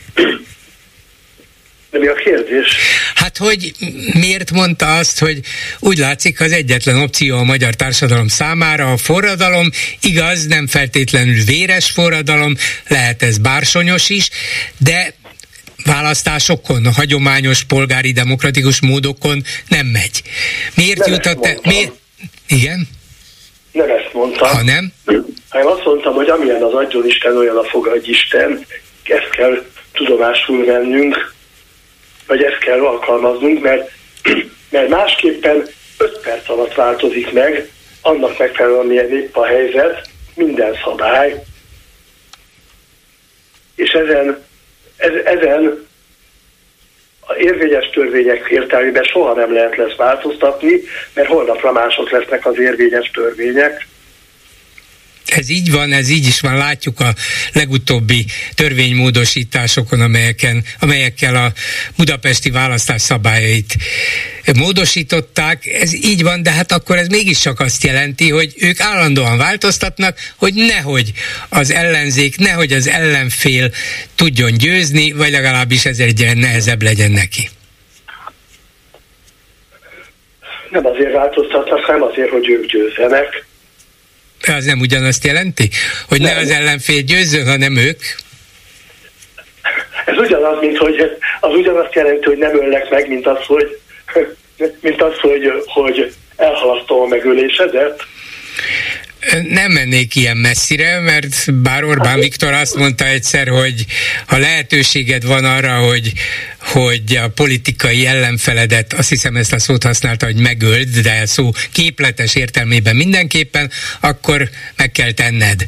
De mi a kérdés? Hát, hogy miért mondta azt, hogy úgy látszik, az egyetlen opció a magyar társadalom számára a forradalom, igaz, nem feltétlenül véres forradalom, lehet ez bársonyos is, de választásokon, a hagyományos polgári demokratikus módokon nem megy. Miért jutott... Igen? Nem ezt mondtam. Ha nem? Én azt mondtam, hogy amilyen az adjon Isten, olyan a fogadj Isten, ezt kell tudomásul vennünk, vagy ezt kell alkalmaznunk, mert másképpen 5 perc alatt változik meg, annak megfelelően, milyen épp a helyzet, minden szabály, és ezen a érvényes törvények értelmében soha nem lesz változtatni, mert holnapra mások lesznek az érvényes törvények. Ez így van, ez így is van, látjuk a legutóbbi törvénymódosításokon, amelyekkel a budapesti választás szabályait módosították. Ez így van, de hát akkor ez mégiscsak azt jelenti, hogy ők állandóan változtatnak, hogy nehogy az ellenzék, nehogy az ellenfél tudjon győzni, vagy legalábbis ez egyre nehezebb legyen neki. Nem azért változtatnak, hanem azért, hogy ők győzzenek. Az nem ugyanazt jelenti? Hogy nem. Ne az ellenfél győzzön, hanem ők? Ez ugyanaz, mint hogy az ugyanazt jelenti, hogy nem öllek meg, mint az, hogy elhalasztom a megölésedet. Nem mennék ilyen messzire, mert bár Orbán Viktor azt mondta egyszer, hogy ha lehetőséged van arra, hogy a politikai ellenfeledet, azt hiszem ezt a szót használta, hogy megöld, de szó képletes értelmében mindenképpen, akkor meg kell tenned.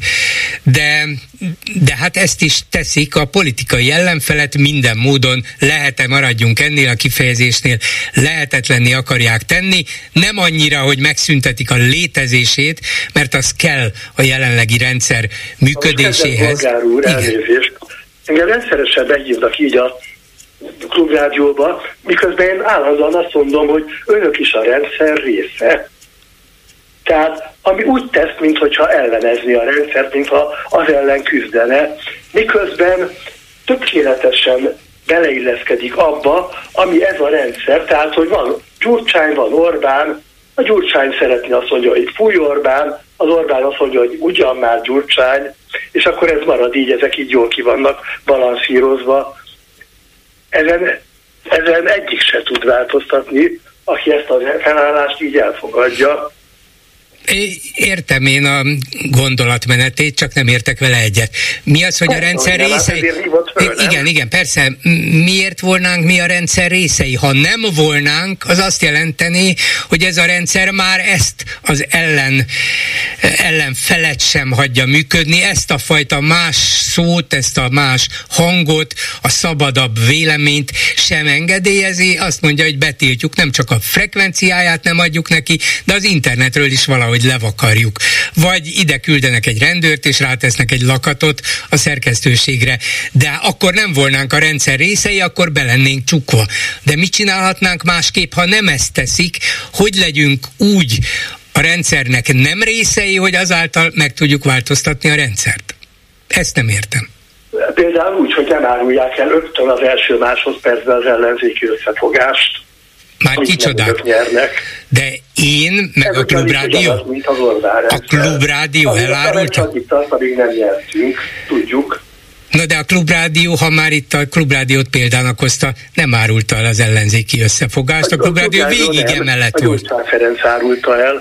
De hát ezt is teszik, a politikai ellenfelet minden módon maradjunk ennél a kifejezésnél, lehetetlenné akarják tenni, nem annyira, hogy megszüntetik a létezését, mert az kell a jelenlegi rendszer működéséhez. Bolgár úr, elnézést. Engem rendszeresen meghívnak így a Klubrádióba, miközben én állandóan azt mondom, hogy önök is a rendszer része. Tehát ami úgy tesz, mintha ellenezni a rendszert, mintha az ellen küzdene, miközben tökéletesen beleilleszkedik abba, ami ez a rendszer, tehát hogy van Gyurcsány, van Orbán, a Gyurcsány szeretné azt mondja, hogy fúj Orbán, az Orbán azt mondja, hogy ugyan már Gyurcsány, és akkor ez marad így, ezek így jól ki vannak balanszírozva. Ezen egyik se tud változtatni, aki ezt a felállást így elfogadja. Értem én a gondolatmenetét, csak nem értek vele egyet. Mi az, hogy a rendszer részei... Igen, persze. Miért volnánk mi a rendszer részei? Ha nem volnánk, az azt jelenteni, hogy ez a rendszer már ezt az ellenfelet sem hagyja működni, ezt a fajta más szót, ezt a más hangot, a szabadabb véleményt sem engedélyezi. Azt mondja, hogy betiltjuk, nem csak a frekvenciáját nem adjuk neki, de az internetről is valahogy levakarjuk. Vagy ide küldenek egy rendőrt, és rátesznek egy lakatot a szerkesztőségre. De akkor nem volnánk a rendszer részei, akkor be lennénk csukva. De mit csinálhatnánk másképp, ha nem ezt teszik, hogy legyünk úgy a rendszernek nem részei, hogy azáltal meg tudjuk változtatni a rendszert? Ezt nem értem. Például úgy, hogy nem árulják el rögtön az első másodpercben az ellenzéki összefogást. Már kicsodák. De én, meg a Klubrádió? A Klubrádió elárulta? Addig nem nyertünk, tudjuk. Na de a Klubrádió, ha már itt a Klubrádiót példának hozta, nem árulta el az ellenzéki összefogást. A Klubrádió végig emellett volt. A Gyurcsány Ferenc árulta el.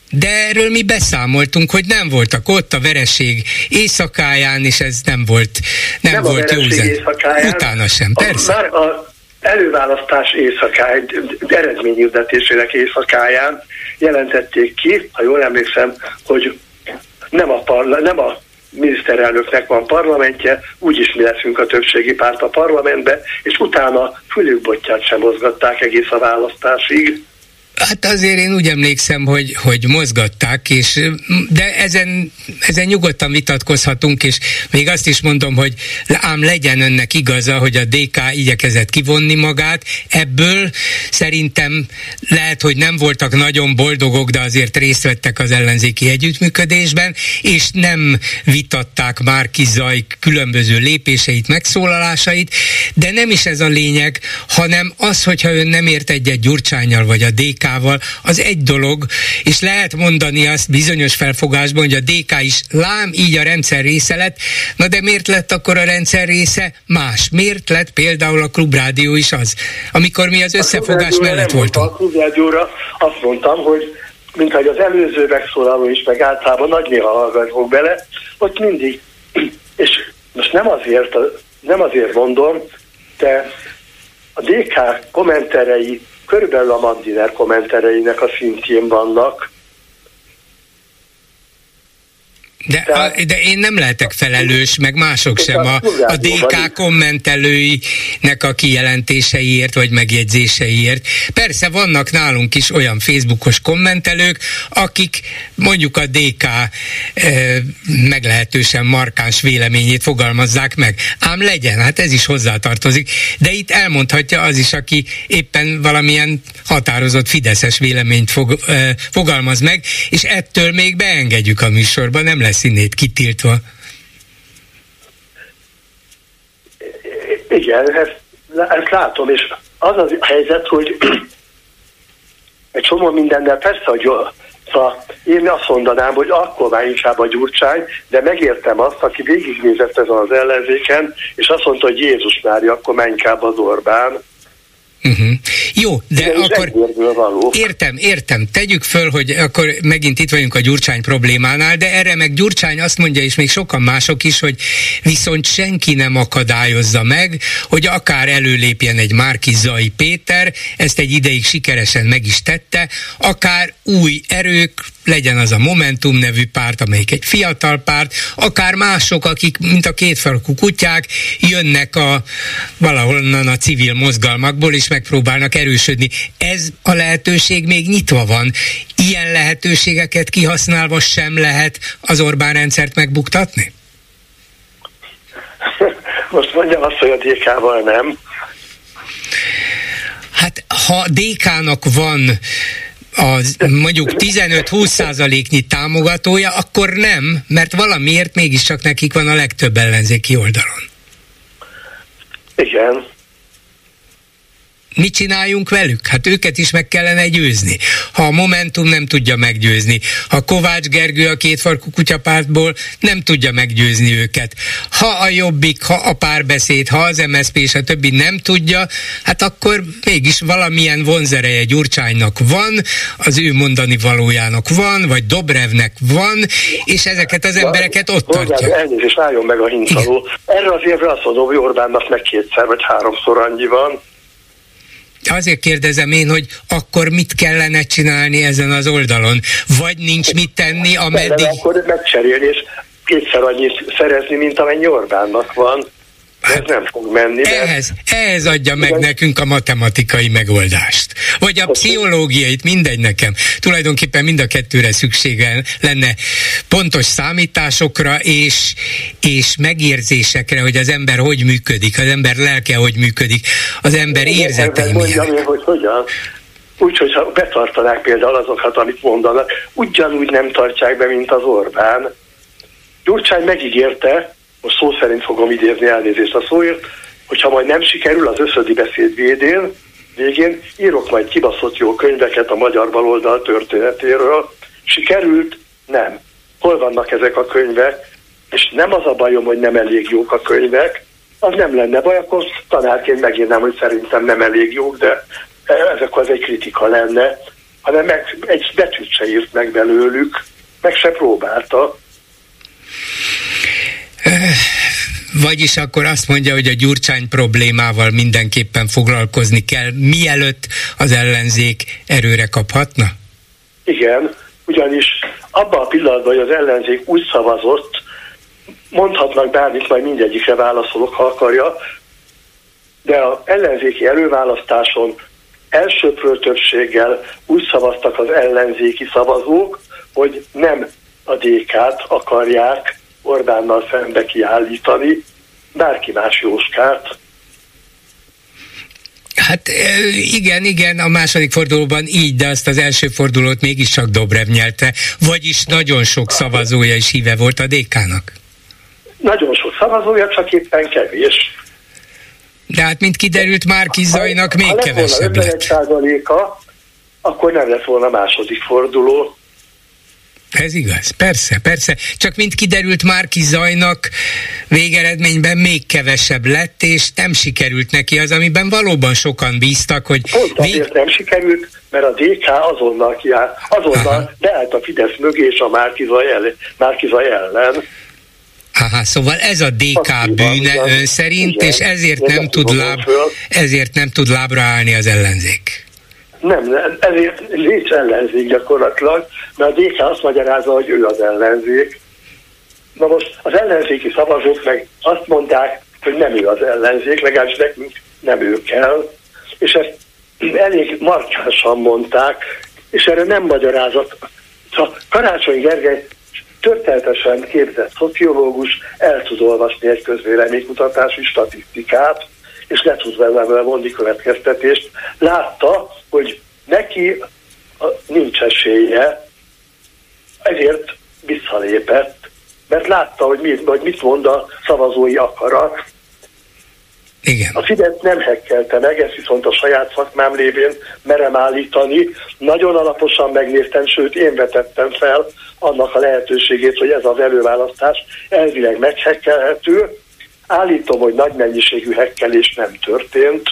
De erről mi beszámoltunk, hogy nem voltak ott a vereség éjszakáján, és ez nem volt jó üzenet. Utána sem, persze. Már az előválasztás éjszakáján, eredményhirdetésének éjszakáján jelentették ki, ha jól emlékszem, hogy nem a miniszterelnöknek van parlamentje, úgyis mi leszünk a többségi párt a parlamentbe, és utána fülükbottyát sem mozgatták egész a választásig. Hát azért én úgy emlékszem, hogy mozgatták, de ezen nyugodtan vitatkozhatunk, és még azt is mondom, hogy ám legyen önnek igaza, hogy a DK igyekezett kivonni magát. Ebből szerintem lehet, hogy nem voltak nagyon boldogok, de azért részt vettek az ellenzéki együttműködésben, és nem vitatták Márki Zaj különböző lépéseit, megszólalásait, de nem is ez a lényeg, hanem az, hogyha ön nem ért egyet Gyurcsánnyal vagy a DK-val, az egy dolog, és lehet mondani azt bizonyos felfogásban, hogy a DK is lám így a rendszer része lett, na de miért lett akkor a rendszer része más? Miért lett például a Klubrádió is az, amikor mi az összefogás mellett voltunk? A Klubrádióra azt mondtam, hogy mint ahogy az előző megszólaló is, meg általában nagy néha hallgatok bele, ott mindig, és most nem azért mondom, de a DK kommenterei körülbelül a Mandiner kommentereinek a szintjén vannak. De én nem lehetek felelős, meg mások sem a DK kommentelőinek a kijelentéseiért, vagy megjegyzéseiért. Persze vannak nálunk is olyan Facebookos kommentelők, akik mondjuk a DK meglehetősen markáns véleményét fogalmazzák meg. Ám legyen, hát ez is hozzátartozik. De itt elmondhatja az is, aki éppen valamilyen határozott fideszes véleményt fogalmaz meg, és ettől még beengedjük a műsorba, nem lesz innét kitiltva. Igen, ezt látom, és az a helyzet, hogy egy csomó mindennel persze, hogy szóval én azt mondanám, hogy akkor már inkább a Gyurcsány, de megértem azt, aki végignézett ezen az ellenzéken, és azt mondta, hogy Jézus Mária, akkor menj inkább az Orbán. Uh-huh. Jó, de akkor értem, tegyük föl, hogy akkor megint itt vagyunk a Gyurcsány problémánál, de erre meg Gyurcsány azt mondja, és még sokan mások is, hogy viszont senki nem akadályozza meg, hogy akár előlépjen egy Márki Zay Péter, ezt egy ideig sikeresen meg is tette, akár új erők, legyen az a Momentum nevű párt, amelyik egy fiatal párt, akár mások, akik, mint a kétfarkú kutyák, jönnek valahonnan a civil mozgalmakból, és megpróbálnak erősödni. Ez a lehetőség még nyitva van. Ilyen lehetőségeket kihasználva sem lehet az Orbán rendszert megbuktatni? Most mondjam azt, hogy a DK-val nem. Hát, ha DK-nak van az mondjuk 15-20%-nyi támogatója, akkor nem, mert valamiért mégiscsak nekik van a legtöbb ellenzéki oldalon. Igen. Mit csináljunk velük? Hát őket is meg kellene győzni. Ha a Momentum nem tudja meggyőzni, ha Kovács Gergő a kétfarkú kutyapártból nem tudja meggyőzni őket, ha a Jobbik, ha a Párbeszéd, ha az MSZP és a többi nem tudja, hát akkor mégis valamilyen vonzereje Gyurcsánynak van, az ő mondani valójának van, vagy Dobrevnek van, és ezeket az embereket ott tartja. Elnézést, álljon meg a hintaló. Erre az évre azt mondom, hogy Orbánnak meg 2-szer vagy 3-szor annyi van. Azért kérdezem én, hogy akkor mit kellene csinálni ezen az oldalon? Vagy nincs mit tenni, ameddig... Akkor megcserélni, és 2-szer annyit szerezni, mint amennyi Orbánnak van. Ez nem fog menni. Ehhez adja meg nekünk a matematikai megoldást. Vagy a pszichológiait, mindegy nekem. Tulajdonképpen mind a kettőre szüksége lenne pontos számításokra és megérzésekre, hogy az ember hogy működik, az ember lelke hogy működik, az ember érzetei milyenek. Hogy hogyan? Úgy, hogyha betartanák például azokat, amit mondanak, ugyanúgy nem tartják be, mint az Orbán. Gyurcsány megígérte, most szó szerint fogom idézni, elnézést a szóért, hogyha majd nem sikerül az összödi beszéd végén írok majd kibaszott jó könyveket a magyar baloldal történetéről. Sikerült? Nem. Hol vannak ezek a könyvek? És nem az a bajom, hogy nem elég jók a könyvek, az nem lenne baj, akkor tanárként megírnám, hogy szerintem nem elég jók, de ezek az egy kritika lenne. hanem egy betűt se írt meg belőlük, meg se próbálta. Vagyis akkor azt mondja, hogy a Gyurcsány problémával mindenképpen foglalkozni kell, mielőtt az ellenzék erőre kaphatna? Igen, ugyanis abban a pillanatban, hogy az ellenzék úgy szavazott, mondhatnak bármit, majd mindegyikre válaszolok, ha akarja, de az ellenzéki előválasztáson elsőprő többséggel úgy szavaztak az ellenzéki szavazók, hogy nem a DK-t akarják Orbánnal szembe kiállítani, bárki más Jóskát. Hát igen, a második fordulóban így, de azt az első fordulót mégiscsak Dobrev nyelte, vagyis nagyon sok szavazója és híve volt a DK-nak. Nagyon sok szavazója, csak éppen kevés. De hát, mint kiderült, Márki Zajnak még kevesebb lett. Ha lett volna 51%-a, akkor nem lett volna második forduló. Ez igaz, persze. Csak mint kiderült, Márki Zajnak végeredményben még kevesebb lett, és nem sikerült neki az, amiben valóban sokan bíztak, hogy... Pont azért nem sikerült, mert a DK azonnal beállt a Fidesz mögé és a Márki Zaj ellen. Aha, szóval ez a DK bűne ön szerint, igen, és ezért nem tud lábra állni az ellenzék. Nem, ezért nincs ellenzék gyakorlatilag, mert a DK azt magyarázza, hogy ő az ellenzék. Na most az ellenzéki szavazók meg azt mondták, hogy nem ő az ellenzék, legalábbis nekünk nem ő kell, és ezt elég markánsan mondták, és erre nem magyarázat. Karácsony Gergely történetesen képzett szociológus el tud olvasni egy közvéleménykutatási statisztikát, és le tud vele vonni következtetést. Látta, hogy neki nincs esélye, ezért visszalépett, mert látta, hogy mit mond a szavazói akarat. Igen. A Fidesz nem hekkelte meg, ezt viszont a saját szakmám lévén merem állítani. Nagyon alaposan megnéztem, sőt én vetettem fel annak a lehetőségét, hogy ez az előválasztás elvileg meghekkelhető. Állítom, hogy nagy mennyiségű hekkelés nem történt.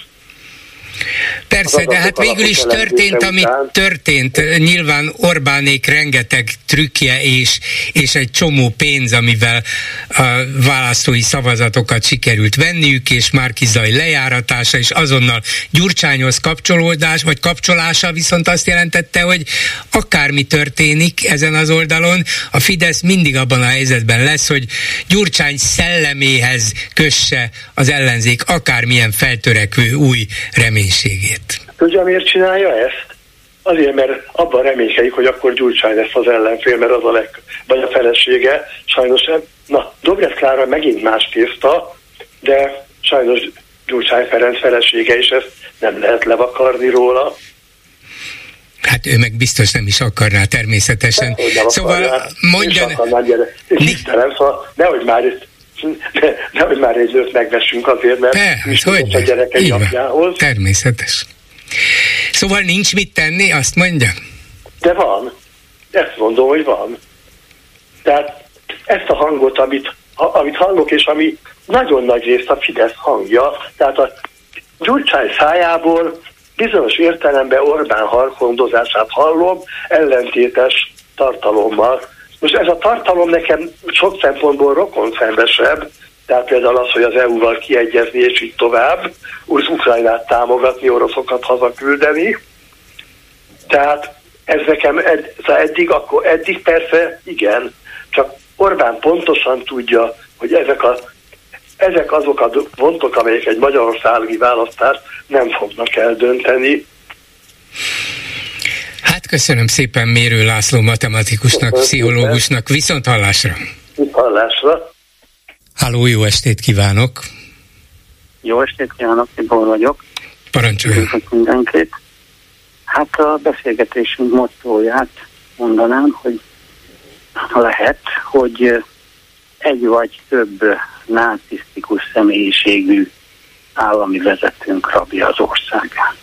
Persze, de hát végül is történt, ami történt. Nyilván Orbánék rengeteg trükkje és egy csomó pénz, amivel a választói szavazatokat sikerült venniük, és Márki Zaj lejáratása, és azonnal Gyurcsányhoz kapcsolódás, vagy kapcsolása viszont azt jelentette, hogy akármi történik ezen az oldalon, a Fidesz mindig abban a helyzetben lesz, hogy Gyurcsány szelleméhez kösse az ellenzék akármilyen feltörekvő új reménységét. Tudja, miért csinálja ezt? Azért, mert abban reménykedik, hogy akkor Gyurcsány lesz az ellenfél, mert az vagy a felesége. Sajnos, Dobrev Klára megint más tészta, de sajnos Gyurcsány Ferenc felesége is, ezt nem lehet levakarni róla. Hát ő meg biztos nem is akarná, természetesen. Szóval mondja... Nehogy már egy lőtt megvessünk azért, mert a gyerekei apjához. Természetes. Szóval nincs mit tenni, azt mondja? De van. Ezt mondom, hogy van. Tehát ezt a hangot, amit hallok, és ami nagyon nagy részt a Fidesz hangja, tehát a Gyurcsány szájából bizonyos értelemben Orbán harkondozását hallom, ellentétes tartalommal. Most ez a tartalom nekem sok szempontból rokonszenvesebb, tehát például az, hogy az EU-val kiegyezni, és így tovább, az Ukrajnát támogatni, oroszokat hazaküldeni. Tehát ez nekem eddig persze igen, csak Orbán pontosan tudja, hogy ezek azok a pontok, amelyek egy magyarországi választást nem fognak eldönteni. Hát köszönöm szépen Mérő László matematikusnak, pszichológusnak. Viszont hallásra! Viszont hallásra! Halló, jó estét kívánok! Jó estét kívánok, Tibor vagyok. Parancsoljon! Üdvözlök mindenkit! Hát a beszélgetésünk mottóját mondanám, hogy lehet, hogy egy vagy több narcisztikus személyiségű állami vezetőnk rabja az országát.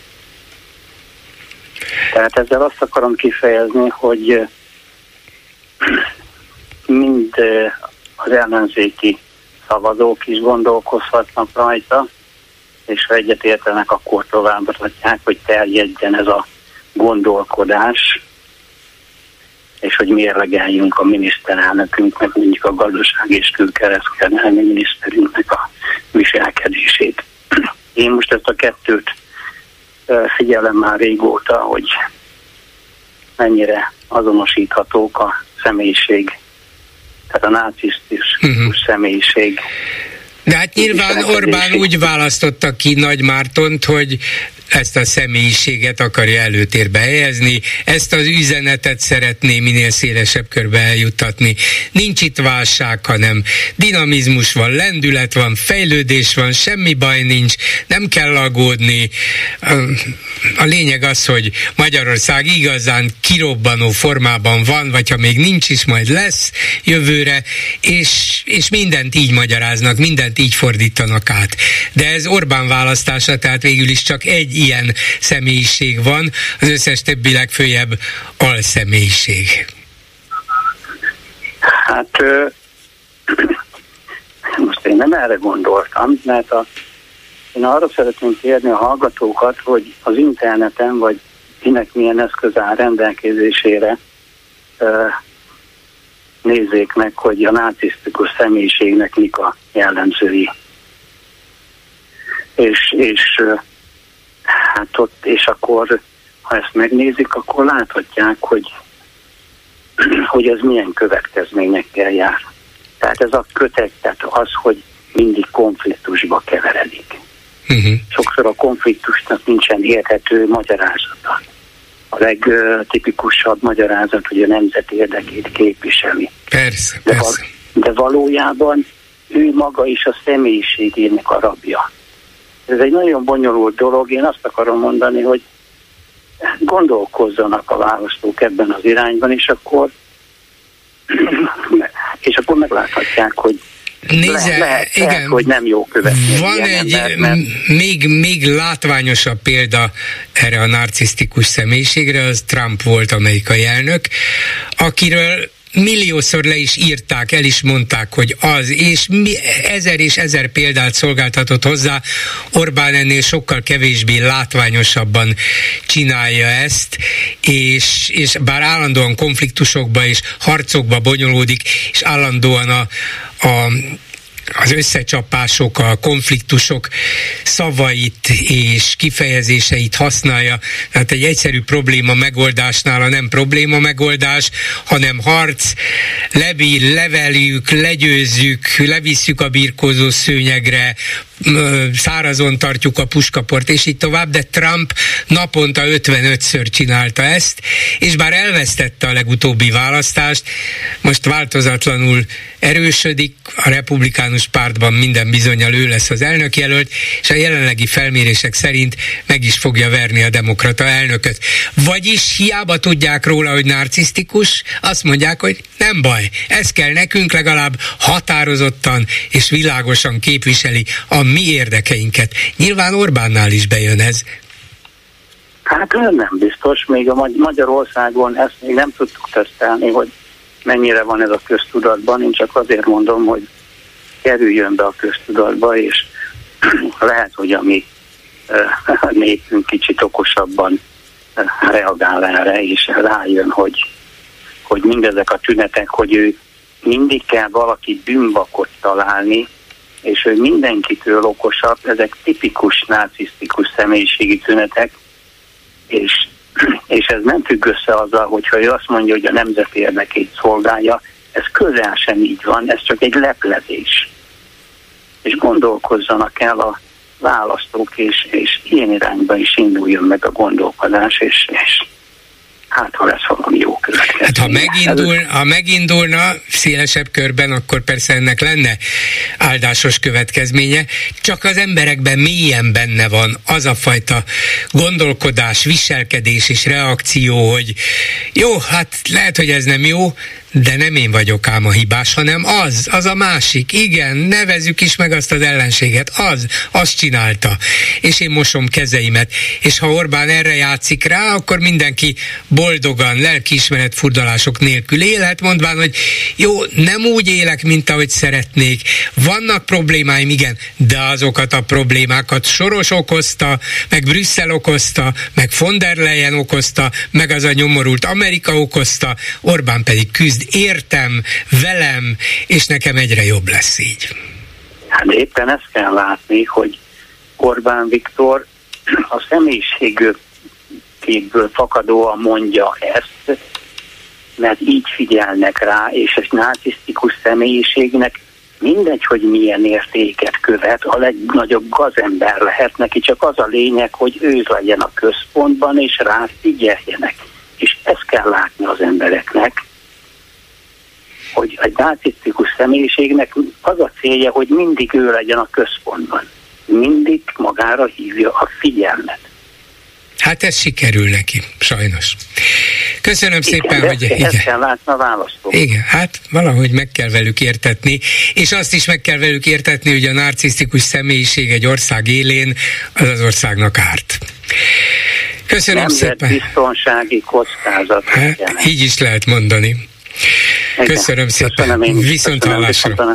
Tehát ezzel azt akarom kifejezni, hogy mind az ellenzéki szavazók is gondolkozhatnak rajta, és ha egyetértenek, akkor továbbadják, hogy terjedjen ez a gondolkodás, és hogy mérlegeljünk a miniszterelnökünknek, mondjuk a gazdaság és külkereskedelmi miniszterünknek a viselkedését. Én most ezt a kettőt figyelem már régóta, hogy mennyire azonosíthatók a személyiség, tehát a narcisztikus személyiség. De hát nyilván Orbán úgy választotta ki Nagy Mártont, hogy ezt a személyiséget akarja előtérbe helyezni, ezt az üzenetet szeretné minél szélesebb körbe eljuttatni. Nincs itt válság, hanem dinamizmus van, lendület van, fejlődés van, semmi baj nincs, nem kell aggódni. A lényeg az, hogy Magyarország igazán kirobbanó formában van, vagy ha még nincs is, majd lesz jövőre, és mindent így magyaráznak, mindent így fordítanak át. De ez Orbán választása, tehát végül is csak egy ilyen személyiség van, az összes többi legfőjebb alszemélyiség. Hát most én nem erre gondoltam, mert én arra szeretném kérni a hallgatókat, hogy az interneten, vagy kinek milyen eszköz áll rendelkezésére, nézzék meg, hogy a narcisztikus személyiségnek mik a jellemzői. Hát ott, és akkor, ha ezt megnézik, akkor láthatják, hogy ez milyen következményekkel jár. Tehát ez a kötek, tehát az, hogy mindig konfliktusba keveredik. Sokszor a konfliktusnak nincsen érthető magyarázata. A legtipikusabb magyarázat, hogy a nemzet érdekét képviseli. Persze. De valójában ő maga is a személyiségének a rabja. Ez egy nagyon bonyolult dolog. Én azt akarom mondani, hogy gondolkozzanak a választók ebben az irányban, és akkor megláthatják, hogy lehet, hogy nem jó követni. Van egy még látványosabb példa erre a narcisztikus személyiségre, az Trump volt, amerikai elnök, akiről milliószor le is írták, el is mondták, hogy az, és ezer példát szolgáltatott hozzá. Orbán ennél sokkal kevésbé látványosabban csinálja ezt, és bár állandóan konfliktusokba és harcokba bonyolódik, és állandóan az összecsapások, a konfliktusok szavait és kifejezéseit használja. Tehát egy egyszerű probléma megoldásnál nem probléma megoldás, hanem harc, leveljük, legyőzzük, levisszük a birkózó szőnyegre, szárazon tartjuk a puskaport, és így tovább, de Trump naponta 55-ször csinálta ezt, és bár elvesztette a legutóbbi választást, most változatlanul erősödik, a republikánus pártban minden bizonnyal ő lesz az elnökjelölt, és a jelenlegi felmérések szerint meg is fogja verni a demokrata elnököt. Vagyis hiába tudják róla, hogy narcisztikus, azt mondják, hogy nem baj, ez kell nekünk, legalább határozottan és világosan képviseli a mi érdekeinket. Nyilván Orbánnál is bejön ez. Hát nem biztos, még a Magyarországon ezt még nem tudtuk tesztelni, hogy mennyire van ez a köztudatban. Én csak azért mondom, hogy kerüljön be a köztudatba, és lehet, hogy a mi népünk kicsit okosabban reagál erre, és rájön, hogy mindezek a tünetek, hogy ő mindig kell valaki bűnbakot találni, és ő mindenkitől okosabb, ezek tipikus narcisztikus személyiségi tünetek, és ez nem függ össze azzal, hogyha ő azt mondja, hogy a nemzet érdekét szolgálja, ez közel sem így van, ez csak egy leplezés. És gondolkozzanak el a választók, és ilyen irányba is induljon meg a gondolkodás, és hát ha lesz valami jó következmény. Hát ha megindulna szélesebb körben, akkor persze ennek lenne áldásos következménye, csak az emberekben mélyen benne van az a fajta gondolkodás, viselkedés és reakció, hogy jó, hát lehet, hogy ez nem jó, de nem én vagyok ám a hibás, hanem az a másik. Igen, nevezzük is meg azt az ellenséget. Azt csinálta. És én mosom kezeimet. És ha Orbán erre játszik rá, akkor mindenki boldogan, lelkiismeret furdalások nélkül élhet, mondván, hogy jó, nem úgy élek, mint ahogy szeretnék. Vannak problémáim, igen, de azokat a problémákat Soros okozta, meg Brüsszel okozta, meg von der Leyen okozta, meg az a nyomorult Amerika okozta, Orbán pedig küzd értem, velem, és nekem egyre jobb lesz így. Hát éppen ezt kell látni, hogy Orbán Viktor a személyiségéből fakadóan mondja ezt, mert így figyelnek rá, és egy narcisztikus személyiségnek mindegy, hogy milyen értéket követ, a legnagyobb gazember lehet neki, csak az a lényeg, hogy ő legyen a központban, és rá figyeljenek. És ezt kell látni az embereknek, hogy egy narcisztikus személyiségnek az a célja, hogy mindig ő legyen a központban. Mindig magára hívja a figyelmet. Hát ez sikerül neki, sajnos. Köszönöm szépen, hogy... Ezt kell látni a választók. Igen, hát valahogy meg kell velük értetni, és azt is meg kell velük értetni, hogy a narcisztikus személyiség egy ország élén az országnak árt. Köszönöm szépen. Biztonsági kockázat. Hát, így is lehet mondani. Köszönöm szépen. Viszonthallásra.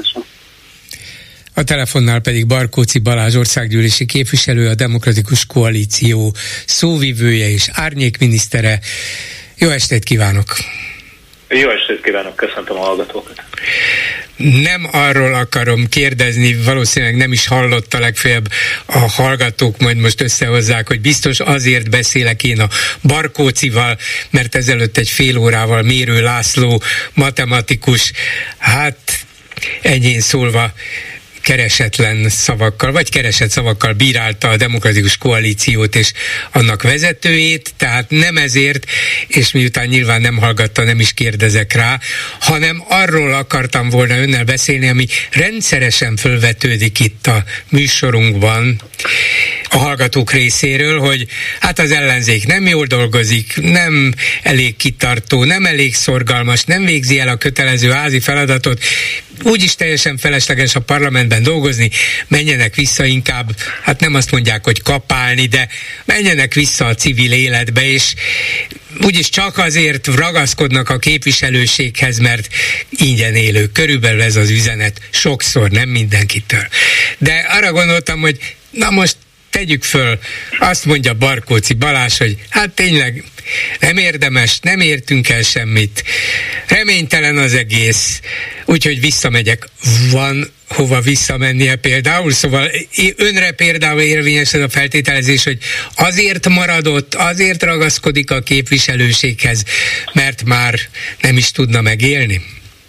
A telefonnál pedig Barkóczy Balázs országgyűlési képviselő, a Demokratikus Koalíció szóvivője és árnyékminisztere. Jó estét kívánok! Jó estét kívánok, köszöntöm a hallgatókat! Nem arról akarom kérdezni, valószínűleg nem is hallotta, legfeljebb a hallgatók majd most összehozzák, hogy biztos azért beszélek én a Barkóczival, mert ezelőtt egy fél órával Mérő László matematikus, hát enyhén szólva keresetlen szavakkal, vagy keresett szavakkal bírálta a Demokratikus Koalíciót és annak vezetőjét, tehát nem ezért, és miután nyilván nem hallgatta, nem is kérdezek rá, hanem arról akartam volna önnel beszélni, ami rendszeresen fölvetődik itt a műsorunkban a hallgatók részéről, hogy hát az ellenzék nem jól dolgozik, nem elég kitartó, nem elég szorgalmas, nem végzi el a kötelező házi feladatot, úgyis teljesen felesleges a parlamentben dolgozni, menjenek vissza inkább, hát nem azt mondják, hogy kapálni, de menjenek vissza a civil életbe, és úgyis csak azért ragaszkodnak a képviselőséghez, mert ingyen élők. Körülbelül ez az üzenet sokszor, nem mindenkitől. De arra gondoltam, hogy na most tegyük föl, azt mondja Barkóczy Balázs, hogy hát tényleg nem érdemes, nem értünk el semmit, reménytelen az egész, úgyhogy visszamegyek. Van hova visszamennie például? Szóval önre például érvényes ez a feltételezés, hogy azért maradott, azért ragaszkodik a képviselőséghez, mert már nem is tudna megélni?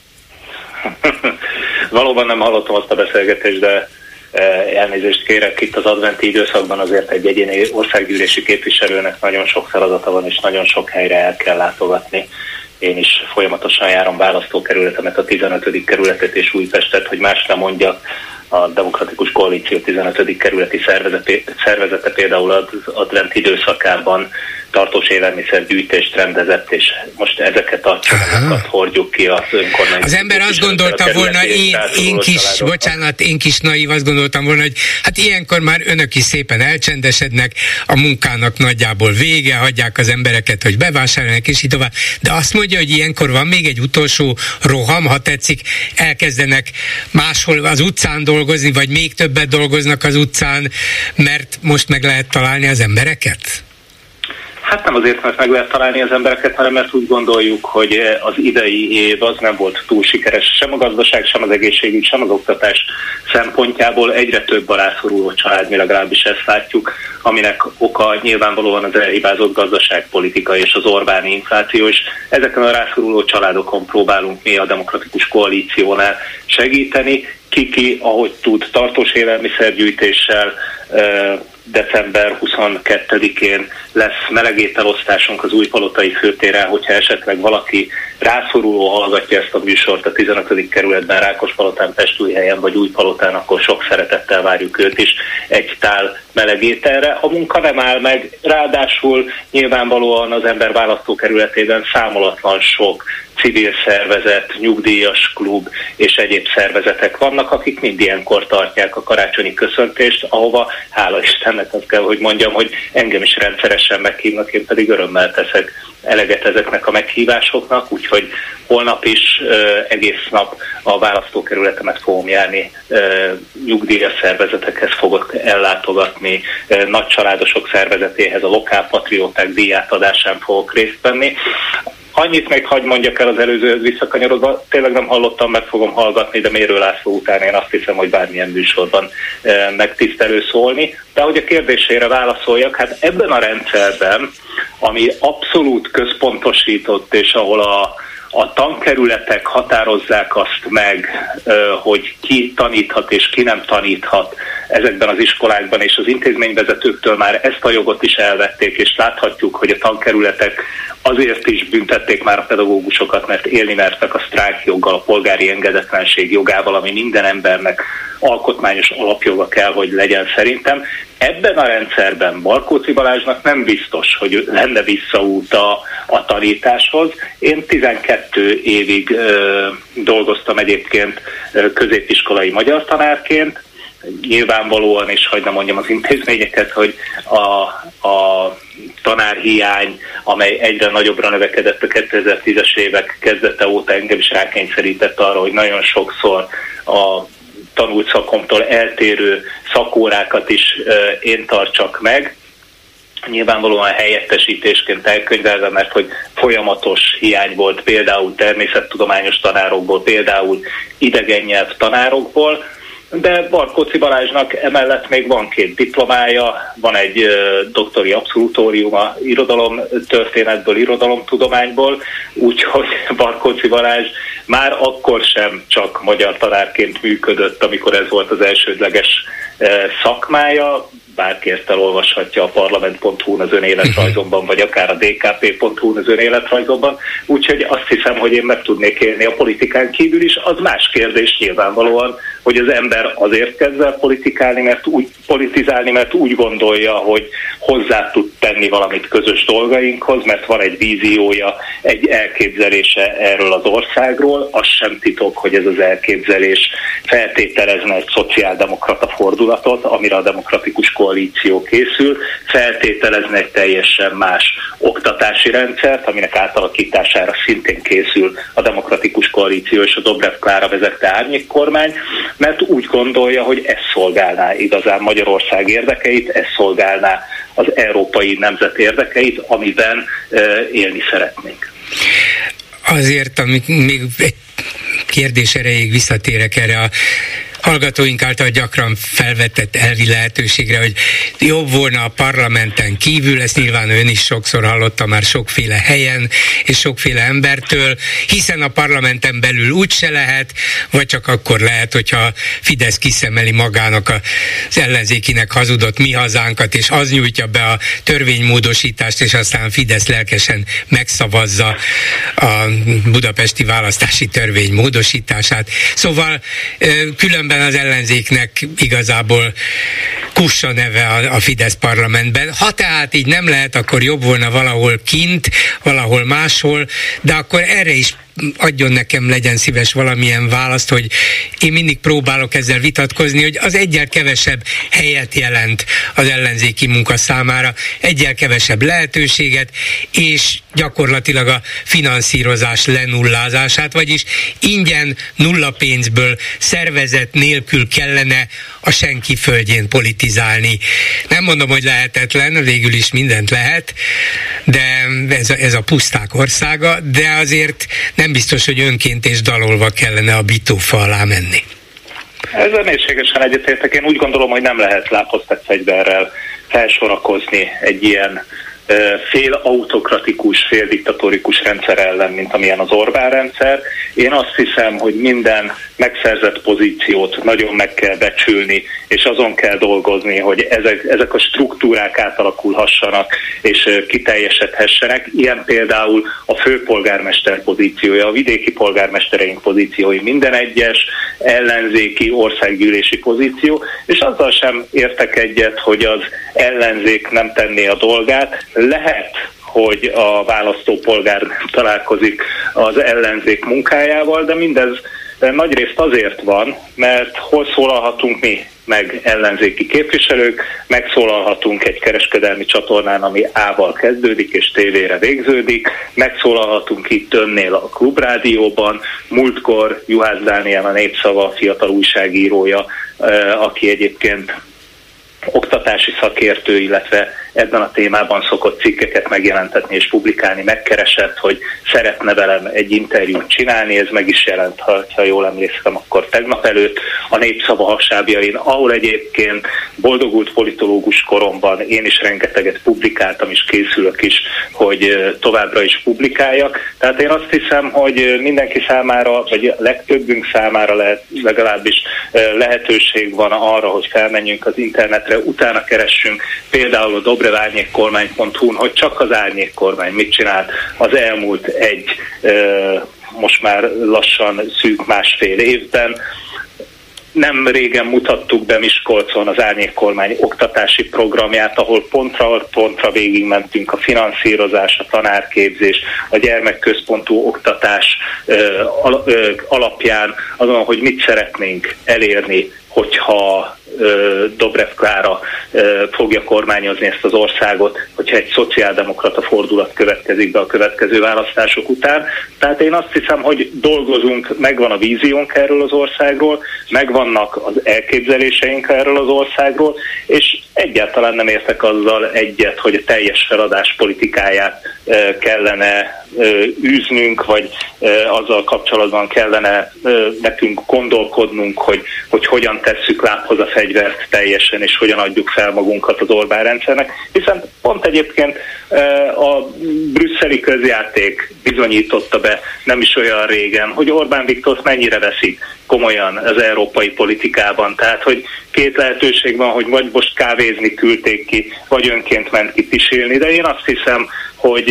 Valóban nem hallottam azt a beszélgetést, de elnézést kérek, itt az adventi időszakban azért egy egyéni országgyűlési képviselőnek nagyon sok feladata van, és nagyon sok helyre el kell látogatni. Én is folyamatosan járom választókerületemet, a 15. kerületet és Újpestet, hogy más nem mondjak. A Demokratikus Koalíció 15. kerületi szervezete például az adventi időszakában tartós élelmiszergyűjtést rendezett, és most ezeket a csomagokat hordjuk ki az önkormányzat. Az ember azt gondolta volna, én kis naív, azt gondoltam volna, hogy hát ilyenkor már önök is szépen elcsendesednek, a munkának nagyjából vége, hagyják az embereket, hogy bevásároljanak, és így tovább. De azt mondja, hogy ilyenkor van még egy utolsó roham, ha tetszik, elkezdenek máshol az utcán dolgozni, vagy még többet dolgoznak az utcán, mert most meg lehet találni az embereket? Hát nem azért, mert meg lehet találni az embereket, hanem mert úgy gondoljuk, hogy az idei év az nem volt túl sikeres, sem a gazdaság, sem az egészségügy, sem az oktatás szempontjából. Egyre több a rászoruló család, mi legalábbis ezt látjuk, aminek oka nyilvánvalóan az elhibázott gazdaságpolitika és az Orbáni infláció, és ezeken a rászoruló családokon próbálunk mi a Demokratikus Koalíciónál segíteni, ki, ahogy tud, tartós élelmiszergyűjtéssel, december 22-én lesz melegételosztásunk az Újpalotai főtéren, hogyha esetleg valaki rászoruló hallgatja ezt a műsort a 15. kerületben, Rákospalotán, Pestújhelyen vagy Újpalotán, akkor sok szeretettel várjuk őt is egy tál melegételre. A munka nem áll meg, ráadásul nyilvánvalóan az ember választókerületében számolatlan sok civil szervezet, nyugdíjas klub és egyéb szervezetek vannak, akik mind ilyenkor tartják a karácsonyi köszöntést, ahova, hála Istennek, azt kell, hogy mondjam, hogy engem is rendszeresen meghívnak, én pedig örömmel teszek eleget ezeknek a meghívásoknak, úgyhogy holnap is egész nap a választókerületemet fogom járni, nyugdíjas szervezetekhez fogok ellátogatni, nagycsaládosok szervezetéhez, a lokálpatrióták díjátadásán fogok részt venni. Annyit még hadd mondjak el az előzőhöz visszakanyarodva, tényleg nem hallottam, meg fogom hallgatni, de Mérő László után én azt hiszem, hogy bármilyen műsorban megtisztelő szólni. De hogy a kérdésére válaszoljak, hát ebben a rendszerben, ami abszolút központosított, és ahol a tankerületek határozzák azt meg, hogy ki taníthat és ki nem taníthat ezekben az iskolákban, és az intézményvezetőktől már ezt a jogot is elvették, és láthatjuk, hogy a tankerületek azért is büntették már a pedagógusokat, mert élni mertek a sztrájkjoggal, a polgári engedetlenség jogával, ami minden embernek alkotmányos alapjoga kell, hogy legyen szerintem. Ebben a rendszerben Barkóczy Balázsnak nem biztos, hogy lenne visszaút a tanításhoz. Én 12 évig dolgoztam egyébként középiskolai magyar tanárként, nyilvánvalóan, és hogy nem mondjam az intézményeket, hogy a tanárhiány, amely egyre nagyobbra növekedett a 2010-es évek kezdete óta, engem is rákényszerített arra, hogy nagyon sokszor a tanult szakomtól eltérő szakórákat is én tartsak meg. Nyilvánvalóan helyettesítésként elkönyvelve, mert hogy folyamatos hiány volt például természettudományos tanárokból, például idegen nyelv tanárokból, de Barkóczy Balázsnak emellett még van 2 diplomája, van egy doktori abszolutóriuma irodalomtörténetből, irodalomtudományból, úgyhogy Barkóczy Balázs már akkor sem csak magyar tanárként működött, amikor ez volt az elsődleges szakmája. Bárki ezt elolvashatja a parlament.hu-n az önéletrajzomban, vagy akár a dkp.hu-n az önéletrajzomban. Úgyhogy azt hiszem, hogy én meg tudnék élni a politikán kívül is. Az más kérdés nyilvánvalóan, hogy az ember azért kezd el politizálni, mert úgy gondolja, hogy hozzá tud tenni valamit közös dolgainkhoz, mert van egy víziója, egy elképzelése erről az országról. Az sem titok, hogy ez az elképzelés feltételezne egy szociáldemokrata fordulatot, amire a demokratikus koalíció készül, feltételezne egy teljesen más oktatási rendszert, aminek átalakítására szintén készül a demokratikus koalíció és a Dobrev Klára vezette árnyékkormány, mert úgy gondolja, hogy ez szolgálná igazán Magyarország érdekeit, ez szolgálná az európai nemzet érdekeit, amiben élni szeretnénk. Azért, amit még egy kérdés erejéig visszatérek erre a hallgatóink által gyakran felvetett elvi lehetőségre, hogy jobb volna a parlamenten kívül, ezt nyilván ön is sokszor hallotta már sokféle helyen és sokféle embertől, hiszen a parlamenten belül úgyse lehet, vagy csak akkor lehet, hogyha Fidesz kiszemeli magának az ellenzékinek hazudott mi hazánkat, és az nyújtja be a törvénymódosítást, és aztán Fidesz lelkesen megszavazza a budapesti választási törvény módosítását. Szóval különben az ellenzéknek igazából kussa neve a Fidesz parlamentben. Ha tehát így nem lehet, akkor jobb volna valahol kint, valahol máshol, de akkor erre is adjon nekem, legyen szíves valamilyen választ, hogy én mindig próbálok ezzel vitatkozni, hogy az egyel kevesebb helyet jelent az ellenzéki munka számára, egyel kevesebb lehetőséget, és gyakorlatilag a finanszírozás lenullázását, vagyis ingyen nulla pénzből szervezet nélkül kellene a senki földjén politizálni. Nem mondom, hogy lehetetlen, végül is mindent lehet, de ez a puszták országa, de azért nem biztos, hogy önként és dalolva kellene a bitófa alá menni. Ezzel mélységesen egyetértek. Én úgy gondolom, hogy nem lehet láposztett fegyverrel felsorakozni egy ilyen fél autokratikus, fél diktatórikus rendszer ellen, mint amilyen az Orbán rendszer. Én azt hiszem, hogy minden megszerzett pozíciót nagyon meg kell becsülni, és azon kell dolgozni, hogy ezek a struktúrák átalakulhassanak, és kiteljesedhessenek. Ilyen például a főpolgármester pozíciója, a vidéki polgármestereink pozíciói, minden egyes ellenzéki országgyűlési pozíció, és azzal sem értek egyet, hogy az ellenzék nem tenné a dolgát. Lehet, hogy a választópolgár találkozik az ellenzék munkájával, de mindez nagyrészt azért van, mert hol szólalhatunk mi meg ellenzéki képviselők, megszólalhatunk egy kereskedelmi csatornán, ami A-val kezdődik és tévére végződik, megszólalhatunk itt önnél a Klubrádióban, múltkor Juhász Dániel, a Népszava fiatal újságírója, aki egyébként oktatási szakértő, illetve ebben a témában szokott cikkeket megjelentetni és publikálni, megkeresett, hogy szeretne velem egy interjút csinálni, ez meg is jelent, ha jól emlékszem, akkor tegnap előtt a Népszava hasábjain, ahol egyébként boldogult politológus koromban én is rengeteget publikáltam, és készülök is, hogy továbbra is publikáljak. Tehát én azt hiszem, hogy mindenki számára, vagy legtöbbünk számára legalábbis lehetőség van arra, hogy felmenjünk az internetre, utána keressünk például a dobrev-árnyékkormány.hu-n, hogy csak az árnyékkormány mit csinált az elmúlt most már lassan szűk másfél évben. Nem régen mutattuk be Miskolcon az árnyékkormány oktatási programját, ahol pontra végigmentünk a finanszírozás, a tanárképzés, a gyermekközpontú oktatás alapján, azon, hogy mit szeretnénk elérni, hogyha Dobrev Klára fogja kormányozni ezt az országot, hogyha egy szociáldemokrata fordulat következik be a következő választások után. Tehát én azt hiszem, hogy dolgozunk, megvan a víziónk erről az országról, megvannak az elképzeléseink erről az országról, és egyáltalán nem értek azzal egyet, hogy a teljes feladás politikáját kellene űznünk, vagy azzal kapcsolatban kellene nekünk gondolkodnunk, hogy hogyan tesszük lábhoz a fegyvert teljesen, és hogyan adjuk fel magunkat az Orbán rendszernek, hiszen pont egyébként a brüsszeli közjáték bizonyította be nem is olyan régen, hogy Orbán Viktort mennyire veszik komolyan az európai politikában. Tehát, hogy két lehetőség van, hogy vagy most kávézni küldték ki, vagy önként ment ki pisilni, de én azt hiszem, hogy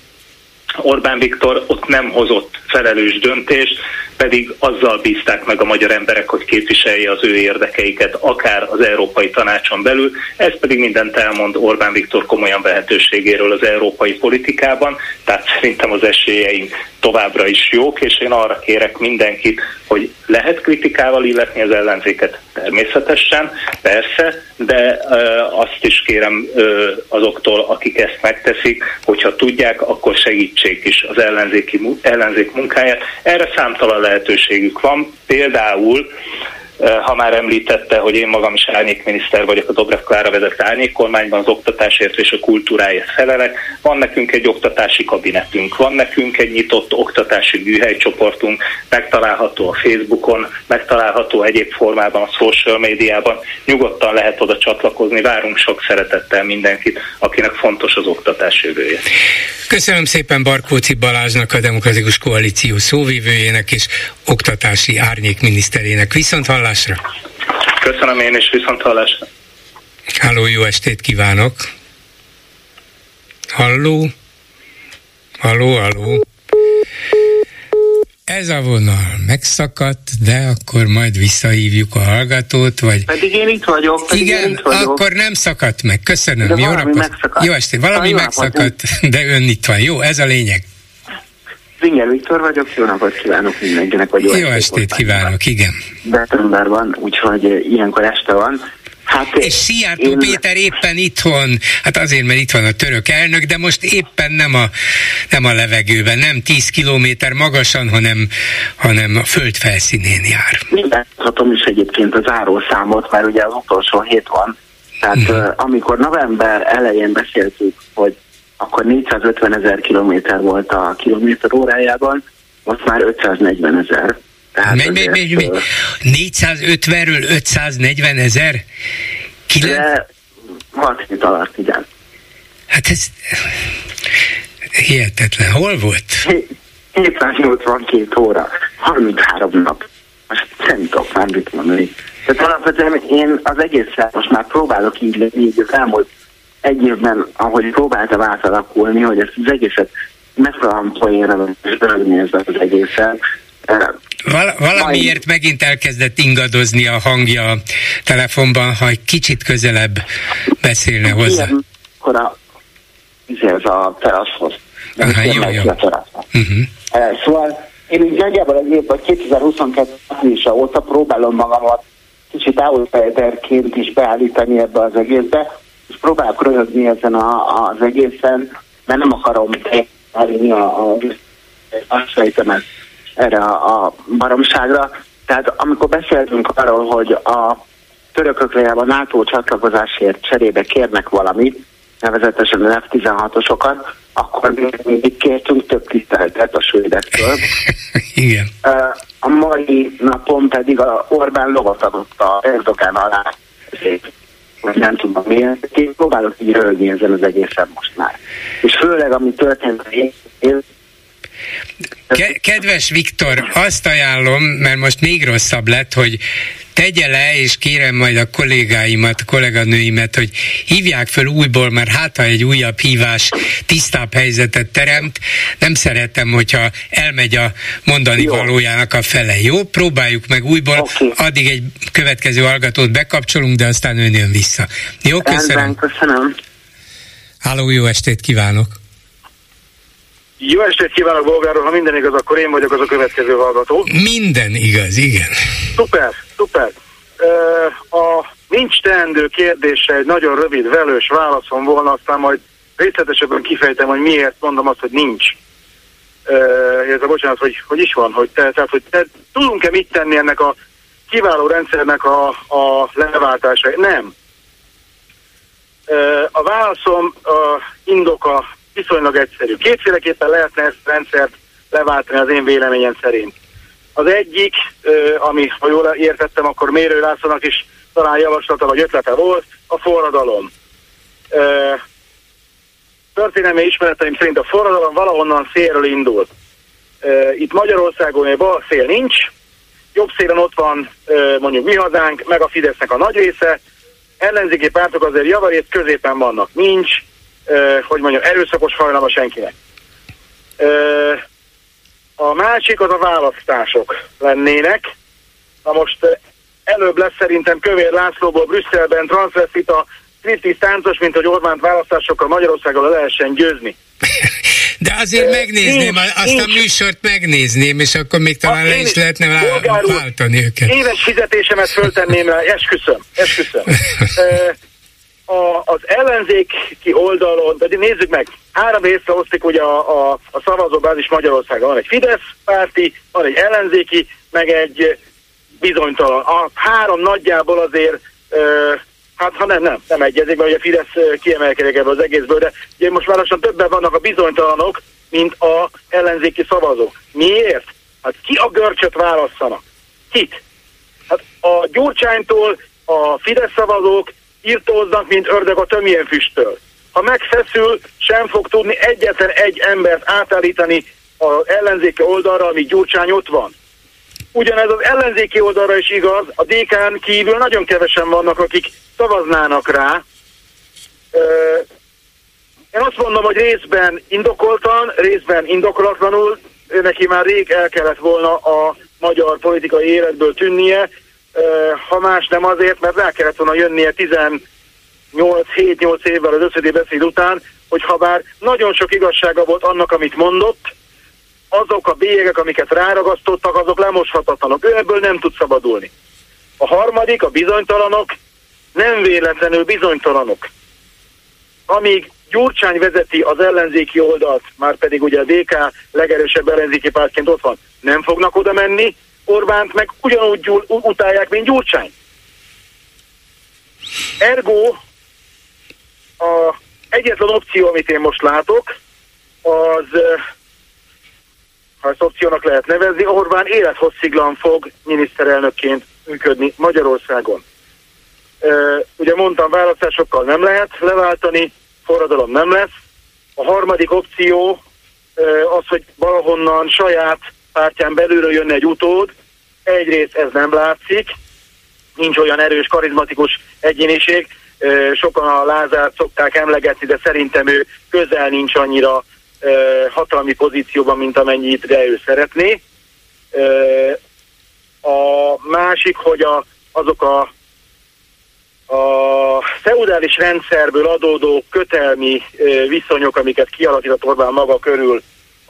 Orbán Viktor ott nem hozott felelős döntést, pedig azzal bízták meg a magyar emberek, hogy képviselje az ő érdekeiket, akár az Európai Tanácson belül, ez pedig mindent elmond Orbán Viktor komolyan vehetőségéről az európai politikában, tehát szerintem az esélyeink továbbra is jók, és én arra kérek mindenkit, hogy lehet kritikával illetni az ellenzéket természetesen, persze, de azt is kérem azoktól, akik ezt megteszik, hogyha tudják, akkor segítsék is az ellenzék munkáját. Erre számtalan lehetőségük van. Például, ha már említette, hogy én magam is árnyékminiszter vagyok, a Dobrev Klára vezette árnyékkormányban, az oktatásért és a kultúráért felelek. Van nekünk egy oktatási kabinetünk, van nekünk egy nyitott oktatási műhelycsoportunk, megtalálható a Facebookon, megtalálható egyéb formában a social médiában. Nyugodtan lehet oda csatlakozni, várunk sok szeretettel mindenkit, akinek fontos az oktatás jövője. Köszönöm szépen Barkóczy Balázsnak, a Demokratikus Koalíció szóvivőjének és oktatási árnyékminiszterének. Viszonthallásra! Köszönöm én is, viszonthallásra! Halló, jó estét kívánok! Halló? Halló? Ez a vonal megszakadt, de akkor majd visszahívjuk a hallgatót, vagy... Pedig én itt vagyok. Igen, akkor nem szakadt meg. Köszönöm. De jó napot. Jó estét. Valami megszakadt, de ön itt van. Jó, ez a lényeg. Zinger Viktor vagyok, jó napot kívánok mindenkinek. Vagy jó estét kívánok, igen. December van, úgyhogy ilyenkor este van. Hát, és Szijjártó Péter éppen itthon, hát azért, mert itt van a török elnök, de most éppen nem a levegőben, nem 10 kilométer magasan, hanem a föld felszínén jár. Mindenthatom is egyébként a zárószámot, mert ugye az utolsó hét van. Tehát amikor november elején beszéltük, hogy akkor 450 000 kilométer volt a kilométer órájában, most már 540 000. Mi? 450-ről 540 000? 6 hét alatt, igen. Hát ez hihetetlen. Hol volt? 782 óra, 33 nap. Most nem tudok már mit mondani. Tehát alapvetően én az egészet most már próbálok így lenni, így az elmúlt egy évben, ahogy próbáltam átalakulni, hogy ezt az egészet megpróbálom poénra és belenézve az egészen. Valamiért megint elkezdett ingadozni a hangja a telefonban, ha egy kicsit közelebb beszélne hozzá. Igen, akkor ez a teraszhoz. Jó. Szóval én így nagyjából az évben 2022 áprilisa óta próbálom magamat kicsit outsiderként is beállítani ebbe az egészbe, és próbálok röhögni ezen az egészen, mert nem akarom elvinni azt sejtemet erre a baromságra. Tehát amikor beszéltünk arról, hogy a törökök legalább a NATO csatlakozásért cserébe kérnek valamit, nevezetesen a F-16-osokat, akkor még kértünk több tiszteletet a svédektől. Igen. A mai napon pedig a Orbán lovat adott a Erdogán alá, hogy nem tudom miért, én próbálok így röhögni ezen az egészen most már. És főleg, ami történt, Kedves Viktor, azt ajánlom, mert most még rosszabb lett, hogy tegye le, és kérem majd a kollégáimat, a kolléganőimet, hogy hívják föl újból, mert hát ha egy újabb hívás tisztább helyzetet teremt, nem szeretem, hogyha elmegy a mondani valójának a fele. Jó? Próbáljuk meg újból, addig egy következő hallgatót bekapcsolunk, de aztán ön jön vissza. Jó, köszönöm. Köszönöm. Háló, jó estét kívánok! Jó estét kívánok, Bolgárról, ha minden igaz, akkor én vagyok az a következő hallgató. Minden igaz, igen. Szuper. A nincs teendő kérdésre egy nagyon rövid, velős válaszom volna, aztán majd részletesebben kifejtem, hogy miért mondom azt, hogy nincs. Ez a bocsánat, hogy is van, hogy tudunk-e mit tenni ennek a kiváló rendszernek a leváltása? Nem. A válaszom indoka viszonylag egyszerű. Kétféleképpen lehetne ezt a rendszert leváltani az én véleményem szerint. Az egyik, ami, ha jól értettem, akkor Mérő Lászlónak is talán javaslata vagy ötlete volt, a forradalom. Történelmi ismereteim szerint a forradalom valahonnan szélről indul. Itt Magyarországon egy bal szél nincs, jobb szélen ott van mondjuk Mi Hazánk, meg a Fidesznek a nagy része, ellenzéki pártok azért javarészt középen vannak, nincs, hogy mondjam, erőszakos hajlama senkinek. A másik az a választások lennének. Na most előbb lesz szerintem Kövér Lászlóból Brüsszelben transvestita striptease táncos, mint hogy Orbánt választásokkal Magyarországon lehessen győzni. De azért megnézném, azt a műsort megnézném, és akkor még talán le is lehetne váltani őket. Éves fizetésemet föltenném le, esküszöm. Az ellenzéki oldalon, de nézzük meg, 3 részre osztik ugye a szavazóbázis Magyarországon. Van egy Fidesz párti, van egy ellenzéki, meg egy bizonytalan. A 3 nagyjából azért, hát ha nem egyezik, mert ugye a Fidesz kiemelkedik ebből az egészből, de ugye most már lassan többen vannak a bizonytalanok, mint a ellenzéki szavazók. Miért? Hát ki a görcsöt válasszanak? Kit? Hát a Gyurcsánytól a Fidesz szavazók írtóznak, mint ördög a tömjénfüsttől. Ha megfeszül, sem fog tudni egyetlen egy embert átállítani az ellenzéki oldalra, amíg Gyurcsány ott van. Ugyanez az ellenzéki oldalra is igaz, a DK-n kívül nagyon kevesen vannak, akik szavaznának rá. Én azt mondom, hogy részben indokoltan, részben indokolatlanul, neki már rég el kellett volna a magyar politikai életből tűnnie, ha más nem azért, mert rá kellett volna jönnie 7-8 évvel az összödi beszéd után, hogy ha bár nagyon sok igazsága volt annak, amit mondott, azok a bélyegek, amiket ráragasztottak, azok lemoshatatlanok. Ő ebből nem tud szabadulni. A harmadik, a bizonytalanok, nem véletlenül bizonytalanok. Amíg Gyurcsány vezeti az ellenzéki oldalt, már pedig ugye a DK legerősebb ellenzéki pártként ott van, nem fognak oda menni, Orbánt meg ugyanúgy utálják, mint Gyurcsány. Ergo a egyetlen opció, amit én most látok, az, ha ezt opciónak lehet nevezni, Orbán élethossziglan fog miniszterelnökként működni Magyarországon. Ugye mondtam, választásokkal nem lehet leváltani, forradalom nem lesz. A harmadik opció az, hogy valahonnan saját pártján belülről jönne egy utód. Egyrészt ez nem látszik, nincs olyan erős, karizmatikus egyéniség. Sokan a Lázárt szokták emlegetni, de szerintem ő közel nincs annyira hatalmi pozícióban, mint amennyire ő szeretné. A másik, hogy azok a feudális rendszerből adódó kötelmi viszonyok, amiket kialakított Orbán maga körül,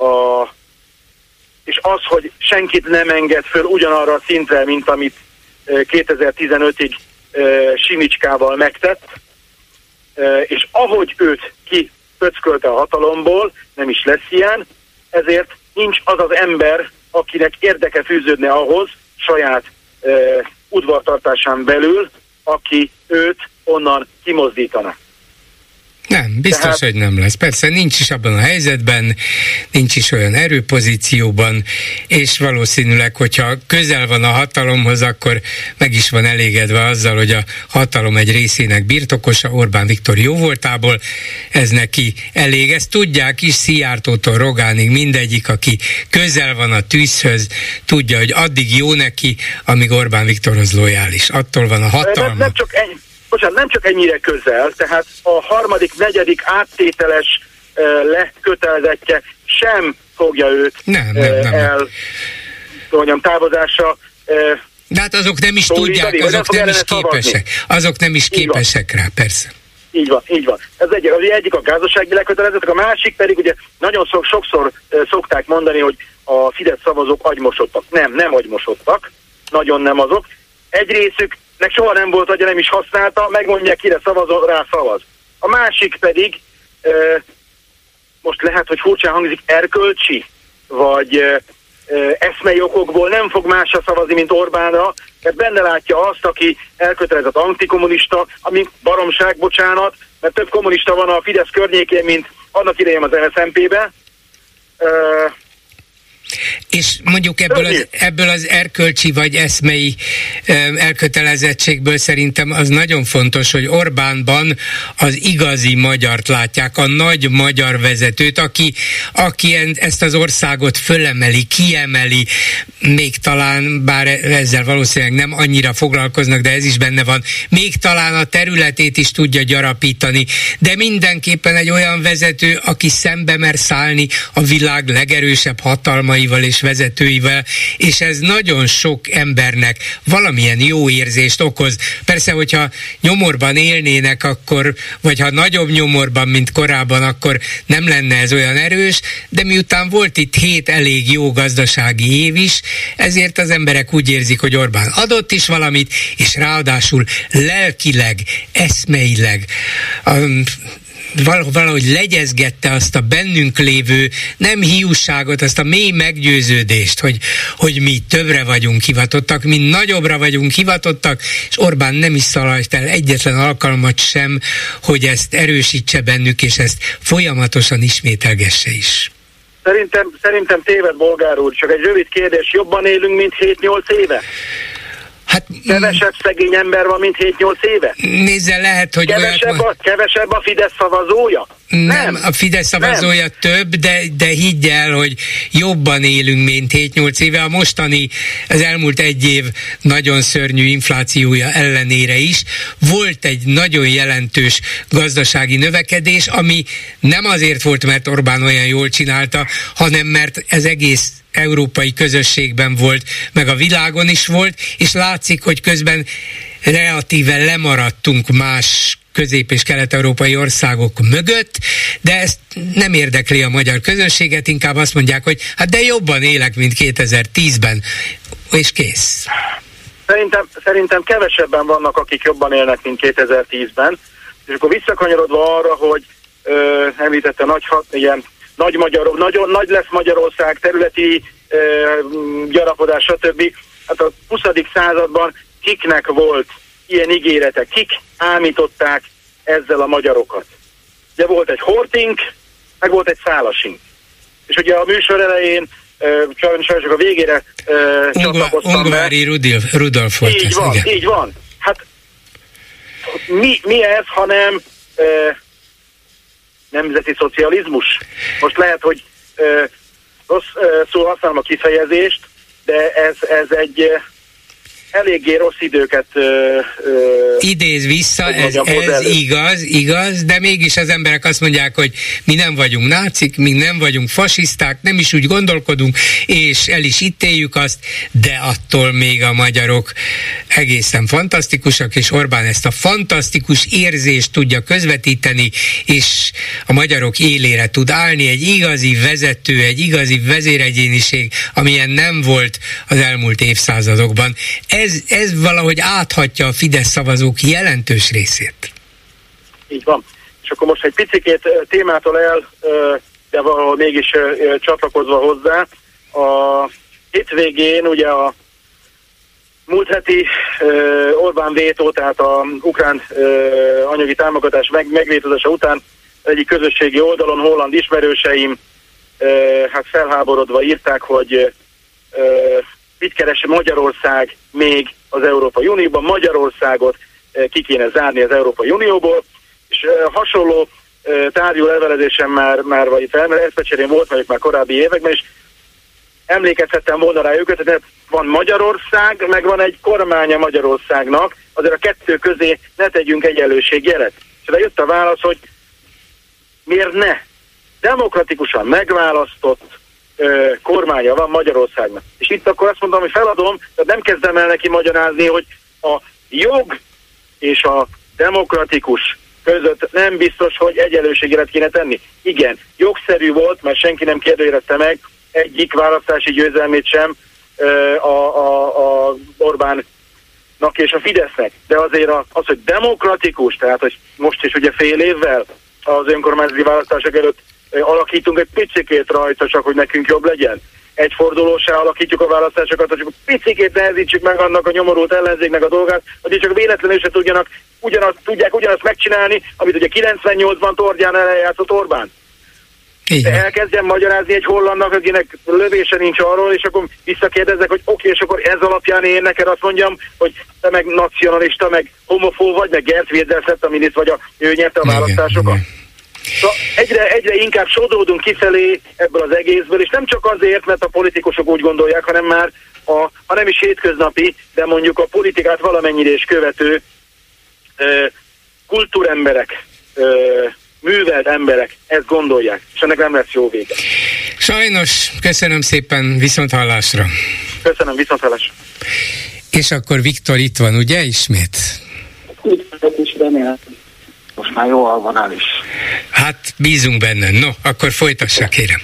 és az, hogy senkit nem enged föl ugyanarra a szintre, mint amit 2015-ig Simicskával megtett, és ahogy őt kipöckölte a hatalomból, nem is lesz ilyen, ezért nincs az az ember, akinek érdeke fűződne ahhoz saját udvartartásán belül, aki őt onnan kimozdítana. Nem, biztos, hogy nem lesz. Persze nincs is abban a helyzetben, nincs is olyan erőpozícióban, és valószínűleg, hogyha közel van a hatalomhoz, akkor meg is van elégedve azzal, hogy a hatalom egy részének birtokosa, Orbán Viktor jóvoltából, ez neki elég. Ezt tudják is, Szijjártótól Rogánig mindegyik, aki közel van a tűzhöz, tudja, hogy addig jó neki, amíg Orbán Viktorhoz lojális. Attól van a hatalma. Nem csak ennyire közel, tehát a harmadik, negyedik áttételes lekötelezettje sem fogja őt távozásra. De hát azok nem is tudják, azok nem is képesek. Azok nem is képesek rá, persze. Így van. Ez egyik a gazdasági lekötelezettek, a másik pedig ugye nagyon sokszor szokták mondani, hogy a Fidesz szavazók agymosodtak. Nem agymosodtak, nagyon nem azok. Egy részüknek soha nem volt agya, nem is használta, megmondják, kire szavazol, rá szavaz. A másik pedig, most lehet, hogy furcsán hangzik, erkölcsi, vagy eszmei okokból nem fog másra szavazni, mint Orbánra, mert benne látja azt, aki elkötelezett antikommunista, ami baromság, bocsánat, mert több kommunista van a Fidesz környékén, mint annak idején az NSZNP-ben. És mondjuk ebből az erkölcsi vagy eszmei elkötelezettségből szerintem az nagyon fontos, hogy Orbánban az igazi magyart látják, a nagy magyar vezetőt, aki ezt az országot fölemeli, kiemeli, még talán, bár ezzel valószínűleg nem annyira foglalkoznak, de ez is benne van, még talán a területét is tudja gyarapítani, de mindenképpen egy olyan vezető, aki szembe mer szállni a világ legerősebb hatalmaival és vezetőivel, és ez nagyon sok embernek valamilyen jó érzést okoz. Persze, hogyha nyomorban élnének, akkor, vagy ha nagyobb nyomorban, mint korábban, akkor nem lenne ez olyan erős, de miután volt itt 7 elég jó gazdasági év is, ezért az emberek úgy érzik, hogy Orbán adott is valamit, és ráadásul lelkileg, eszmeileg valahogy legyezgette azt a bennünk lévő nem hiúságot, azt a mély meggyőződést, hogy mi többre vagyunk hivatottak, mi nagyobbra vagyunk hivatottak, és Orbán nem is szaladt el egyetlen alkalmat sem, hogy ezt erősítse bennük, és ezt folyamatosan ismételgesse is. Szerintem téved, Bolgár úr, csak egy rövid kérdés, jobban élünk, mint 7-8 éve? Hát, kevesebb szegény ember van, mint 7-8 éve? Nézze, lehet, hogy kevesebb a Fidesz szavazója? Nem, a Fidesz szavazója több, de higgy el, hogy jobban élünk, mint 7-8 éve. A mostani, az elmúlt egy év nagyon szörnyű inflációja ellenére is volt egy nagyon jelentős gazdasági növekedés, ami nem azért volt, mert Orbán olyan jól csinálta, hanem mert ez egész európai közösségben volt, meg a világon is volt, és látszik, hogy közben relatíve lemaradtunk más közép- és kelet-európai országok mögött, de ezt nem érdekli a magyar közönséget, inkább azt mondják, hogy hát de jobban élek, mint 2010-ben, és kész. Szerintem kevesebben vannak, akik jobban élnek, mint 2010-ben, és akkor visszakanyarodva arra, hogy említette nagyon nagy lesz Magyarország, területi gyarapodás, stb. Hát a 20. században kiknek volt ilyen ígérete, kik ámították ezzel a magyarokat? Ugye volt egy Hortink, meg volt egy Szálasink. És ugye a műsor elején, sajnos a végére csatlakoztam Ungvári Rudolf volt. Így van. Hát mi ez, hanem nemzeti szocializmus. Most lehet, hogy rossz szó használom a kifejezést, de ez egy eléggé rossz időket idéz vissza, ez igaz, de mégis az emberek azt mondják, hogy mi nem vagyunk nácik, mi nem vagyunk fasiszták, nem is úgy gondolkodunk, és el is ítéljük azt, de attól még a magyarok egészen fantasztikusak, és Orbán ezt a fantasztikus érzést tudja közvetíteni, és a magyarok élére tud állni, egy igazi vezető, egy igazi vezéregyéniség, amilyen nem volt az elmúlt évszázadokban. Ez valahogy áthatja a Fidesz szavazók jelentős részét. Így van. És akkor most egy picikét témától el, de valahol mégis csatlakozva hozzá. A hétvégén ugye a múlt heti Orbán vétó, tehát a ukrán anyagi támogatás megvétózása után egyik közösségi oldalon holland ismerőseim hát felháborodva írták, hogy mit keres Magyarország még az Európai Unióban, Magyarországot ki kéne zárni az Európai Unióból, és hasonló tárgyú levelezésem már vagy eszmecserén volt vagyok már korábbi években, és emlékezhettem volna rá őket, hogy van Magyarország, meg van egy kormánya Magyarországnak, azért a kettő közé ne tegyünk egyenlőségjelet. És jött a válasz, hogy miért ne? Demokratikusan megválasztott kormánya van Magyarországnak. És itt akkor azt mondom, hogy feladom, tehát nem kezdem el neki magyarázni, hogy a jog és a demokratikus között nem biztos, hogy egyenlőségjelet kéne tenni. Igen, jogszerű volt, mert senki nem kérdőjelezte meg egyik választási győzelmét sem a Orbánnak és a Fidesznek. De azért az, hogy demokratikus, tehát hogy most is ugye fél évvel az önkormányzati választások előtt alakítunk egy picikét rajta, csak hogy nekünk jobb legyen. Egyfordulósá alakítjuk a választásokat, hogy picikét nehezítsük meg annak a nyomorult ellenzéknek a dolgát, hogy csak véletlenül se tudják ugyanazt megcsinálni, amit ugye 98-ban Tordján eljátszott Orbán. De elkezdjem magyarázni egy hollandnak, akinek lövése nincs arról, és akkor visszakérdezek, hogy oké, és akkor ez alapján én neked azt mondjam, hogy te meg nacionalista, meg homofób vagy, meg Gert Wilders lett a miniszter, vagy ő nyerte a választásokat. Szóval egyre inkább sodródunk kifelé ebből az egészből, és nem csak azért, mert a politikusok úgy gondolják, hanem már ha nem is hétköznapi, de mondjuk a politikát valamennyire is követő kultúremberek, művelt emberek ezt gondolják, és ennek nem lesz jó vége. Sajnos, köszönöm szépen, viszonthallásra. Köszönöm, viszonthallásra. És akkor Viktor itt van, ugye, ismét? És remélem, most már jó alvonál is. Hát bízunk benne. No, akkor folytassa, kérem.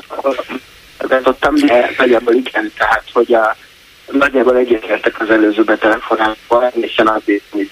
Tudtam, de nagyjából igen, tehát, hogy nagyjából egyetértek az előző betelefonálval, és azért, hogy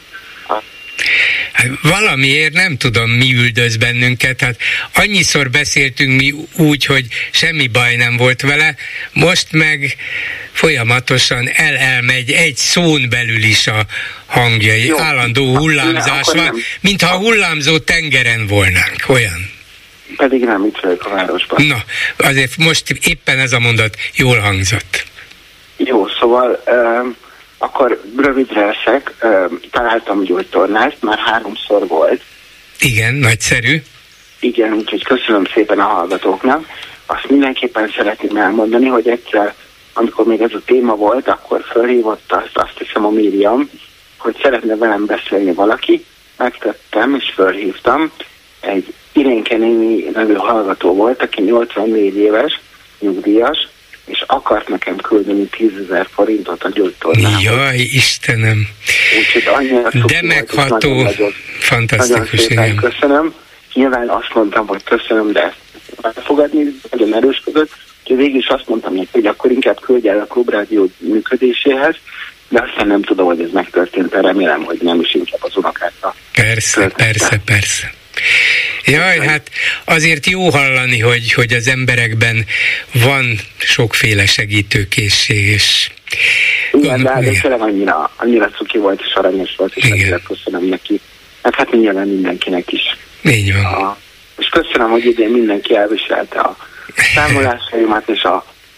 hát valamiért nem tudom, mi üldöz bennünket, hát annyiszor beszéltünk mi úgy, hogy semmi baj nem volt vele, most meg folyamatosan elmegy egy szón belül is a hangjai. Jó. Állandó hullámzás van, mintha a hullámzó tengeren volnánk, olyan. Pedig nem itt vagyok a városban. Na, azért most éppen ez a mondat jól hangzott. Jó, szóval akkor rövidre leszek, találtam gyógytornást, már 3-szor volt. Igen, nagyszerű. Igen, úgyhogy köszönöm szépen a hallgatóknak. Azt mindenképpen szeretném elmondani, hogy egyszer, amikor még ez a téma volt, akkor felhívott azt hiszem a Miriam, hogy szeretne velem beszélni valaki. Megtettem és felhívtam. Egy Irénke néni nevű hallgató volt, aki 84 éves, nyugdíjas, és akart nekem küldeni 10 000 forintot a gyógytornához. Jaj, Istenem! Úgyhogy annyira de megható, nagyon, fantasztikus. Nagyon köszönöm. Nyilván azt mondtam, hogy köszönöm, de ezt elfogadni nagyon erősködött, úgyhogy végül is azt mondtam neki, hogy akkor inkább küldj el a Klubrádió működéséhez, de aztán nem tudom, hogy ez megtörtént, de remélem, hogy nem is inkább az unokákra. Persze. Jaj, hát azért jó hallani, hogy az emberekben van sokféle segítőkészség, és... Igen, de tényleg annyira cuki volt, és aranyos volt, és ezzel köszönöm neki. Hát nyilván mindenkinek is. Így van. És köszönöm, hogy idén mindenki elviselte a számolásaimat, és a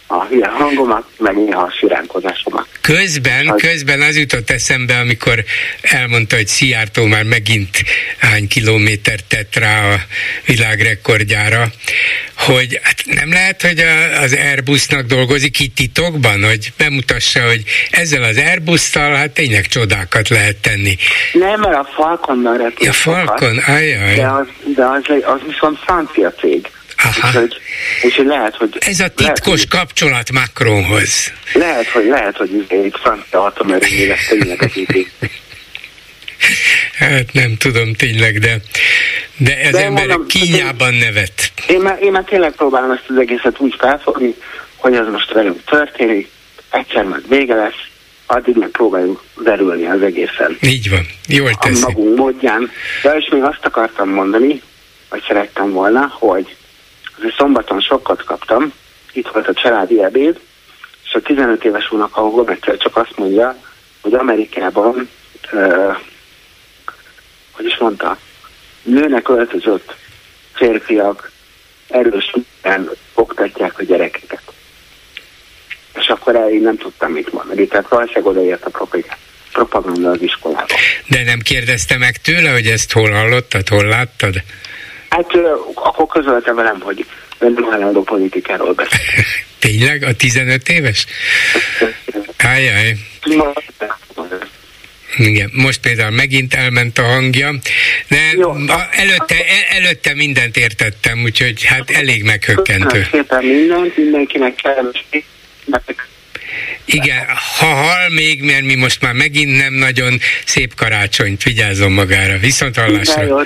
a hülye hangomat, meg néha a siránkozásomat. Közben az jutott eszembe, amikor elmondta, hogy Szijjártó már megint hány kilométert tett rá a világrekordjára, hogy hát nem lehet, hogy az Airbusnak dolgozik itt titokban, hogy bemutassa, hogy ezzel az Airbus-tal hát tényleg csodákat lehet tenni. Nem, mert a Falconnal repül. Ja, Falcon, ajjaj. De az viszont francia cég. Úgyhogy lehet, hogy... Ez a titkos kapcsolat Macronhoz. Lehet, hogy egy francia atomerőmű lesz tényleg az idén. Hát nem tudom tényleg, de ez ember kínjában nevet. Én már tényleg próbálom ezt az egészet úgy felfogni, hogy ez most velünk történik, egyszer majd vége lesz, addig meg próbáljuk derülni az egészen. Így van, jól teszi. A magunk módján. De és még azt akartam mondani, vagy szerettem volna, hogy azért szombaton sokat kaptam, itt volt a családi ebéd, és a 15 éves unokahúgom egyszer csak azt mondja, hogy Amerikában, hogy is mondta, nőnek öltözött férfiak erősen oktatják a gyerekeket. És akkor én nem tudtam mit mondani, tehát valószínűleg odaért a propaganda az iskolába. De nem kérdezte meg tőle, hogy ezt hol hallottad, hol láttad? Hát akkor közölte velem, hogy nem hajlandó politikáról beszél. Tényleg? A 15 éves? Ajjaj. Igen, most például megint elment a hangja, de előtte mindent értettem, úgyhogy hát elég meghökkentő. Szépen mindenkinek kellemes. Igen, ha hal még, mert mi most már megint nem nagyon, szép karácsonyt, vigyázzon magára, viszonthallásra.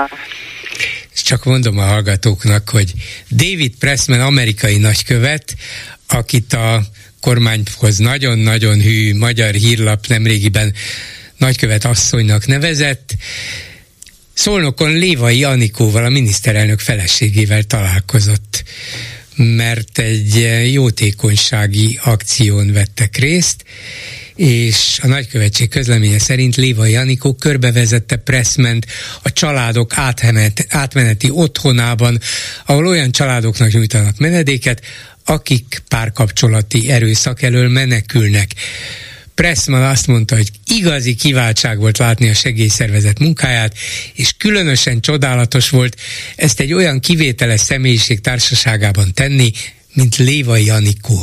És csak mondom a hallgatóknak, hogy David Pressman amerikai nagykövet, akit a kormányhoz nagyon-nagyon hű magyar hírlap nemrégiben nagykövet asszonynak nevezett, Szolnokon Lévai Anikóval, a miniszterelnök feleségével találkozott, mert egy jótékonysági akción vettek részt, és a nagykövetség közleménye szerint Lévai Anikó körbevezette Pressmant a családok átmeneti otthonában, ahol olyan családoknak nyújtanak menedéket, akik párkapcsolati erőszak elől menekülnek. Pressman azt mondta, hogy igazi kiváltság volt látni a segélyszervezet munkáját, és különösen csodálatos volt ezt egy olyan kivételes személyiség társaságában tenni, mint Lévai Anikó.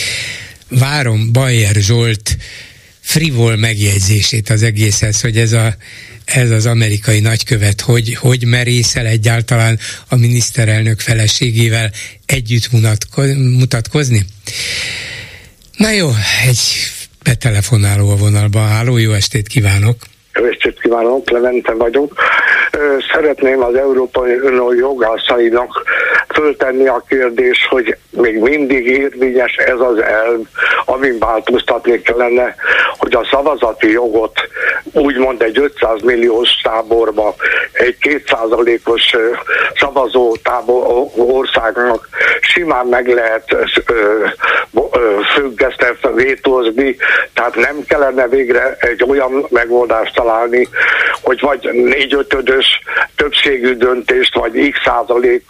Várom Bayer Zsolt frivol megjegyzését az egészhez, hogy ez az amerikai nagykövet hogy merészel egyáltalán a miniszterelnök feleségével együtt mutatkozni. Na jó, egy betelefonáló a vonalban. Háló, jó estét kívánok! Jó estét kívánok, Levente vagyok. Szeretném az Európai Unió jogászainak föltenni a kérdést, hogy még mindig érvényes ez az elv, amin változtatni kellene, hogy a szavazati jogot úgymond egy 500 milliós táborba, egy 2%-os szavazó országnak simán meg lehet függeszteni, vétózni, tehát nem kellene végre egy olyan megoldást találni, hogy vagy 4/5 többségű döntést, vagy x százalék,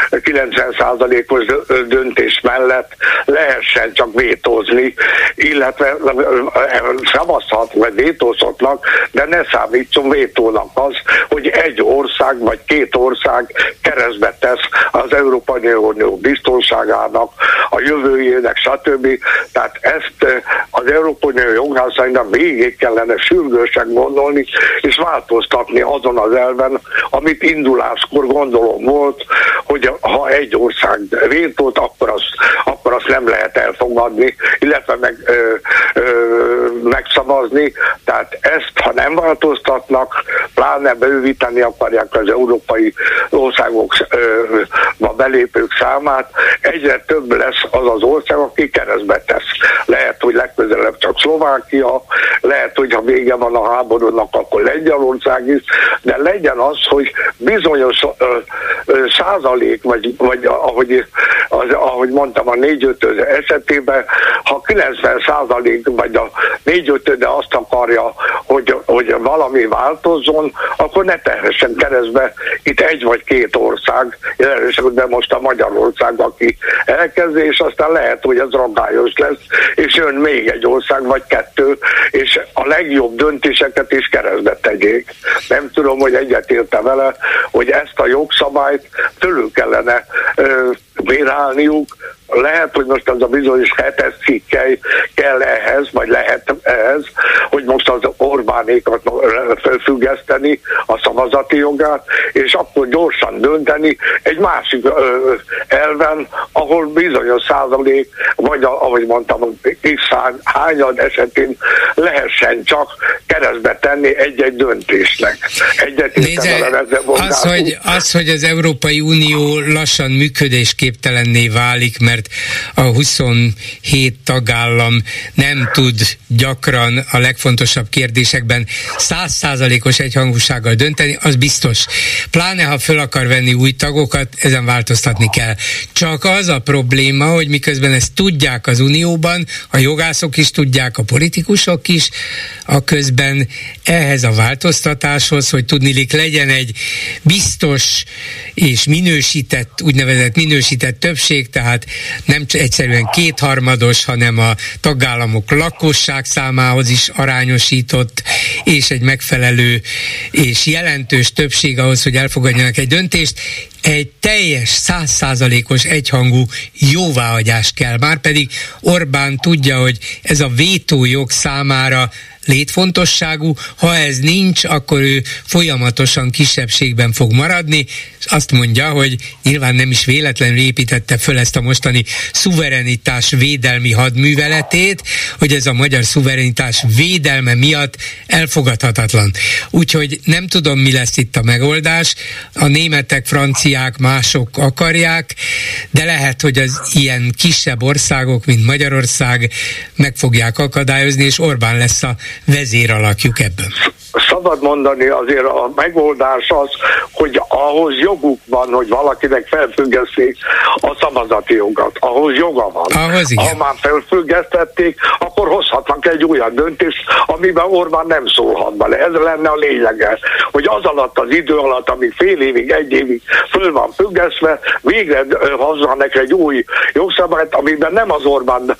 90%-os döntés mellett lehessen csak vétózni, illetve szavazhat, vagy vétózhatnak, de ne számítson vétónak az, hogy egy ország, vagy két ország keresztbe tesz az Európai Unió biztonságának, a jövőjének, stb. Tehát ezt az Európai Unió jogászainak végig kellene sürgősen gondolni, és változtatni azon az elven, amit induláskor gondolom volt, hogy ha egy ország vétót, akkor azt nem lehet elfogadni, illetve megszavazni. Tehát ezt, ha nem változtatnak, pláne bővíteni akarják az európai országokba belépők számát, egyre több lesz az az ország, aki keresztbe tesz. Lehet, hogy legközelebb csak Szlovákia, lehet, hogy ha vége van a háborúnak, akkor Lengyelország is, de legyen az, hogy bizonyos 10%, vagy ahogy mondtam, a 4-5 esetében, ha 90% vagy a 4-5 azt akarja, hogy valami változzon, akkor ne tehessen keresztbe itt egy vagy két ország, de most a Magyarország, aki elkezdi, és aztán lehet, hogy ez ragályos lesz, és jön még egy ország vagy kettő, és a legjobb döntéseket is keresztbe tegyék. Nem tudom, hogy egyetérte vele, hogy ezt a jogszabályt fölül kellene bírálniuk. Lehet, hogy most az a bizonyos 7-es cikkely kell ehhez, vagy lehet ehhez, hogy most az Orbánékat felfüggeszteni a szavazati jogát, és akkor gyorsan dönteni egy másik elven, ahol bizonyos százalék, vagy ahogy mondtam, x hányad esetén lehessen csak keresztbe tenni egy-egy döntésnek. Az, hogy az Európai Unió lassan működésképtelenné válik, mert a 27 tagállam nem tud gyakran a legfontosabb kérdésekben 100%-os egyhangúsággal dönteni, az biztos. Pláne, ha föl akar venni új tagokat, ezen változtatni kell. Csak az a probléma, hogy miközben ezt tudják az Unióban, a jogászok is tudják, a politikusok is, a közben ehhez a változtatáshoz, hogy tudniillik legyen egy biztos és minősített, úgynevezett minősített többség, tehát nem egyszerűen kétharmados, hanem a tagállamok lakosság számához is arányosított, és egy megfelelő és jelentős többség ahhoz, hogy elfogadjanak egy döntést, egy teljes 100%-os egyhangú jóváhagyás kell. Márpedig Orbán tudja, hogy ez a vétójog számára létfontosságú, ha ez nincs, akkor ő folyamatosan kisebbségben fog maradni, és azt mondja, hogy nyilván nem is véletlenül építette föl ezt a mostani szuverenitás védelmi hadműveletét, hogy ez a magyar szuverenitás védelme miatt elfogadhatatlan. Úgyhogy nem tudom, mi lesz itt a megoldás. A németek, franciák, mások akarják, de lehet, hogy az ilyen kisebb országok, mint Magyarország meg fogják akadályozni, és Orbán lesz a vezéralakjuk ebben. Szabad mondani, azért a megoldás az, hogy ahhoz joguk van, hogy valakinek felfüggeszték a szavazati jogat. Ahhoz joga van. Ha már felfüggesztették, akkor hozhatnak egy olyan döntést, amiben Orbán nem szólhat bele. Ez lenne a lényege, hogy az alatt az idő alatt, amíg fél évig, egy évig föl van függesztve, végre hozzanak egy új jogszabályt, amiben nem az Orbánnak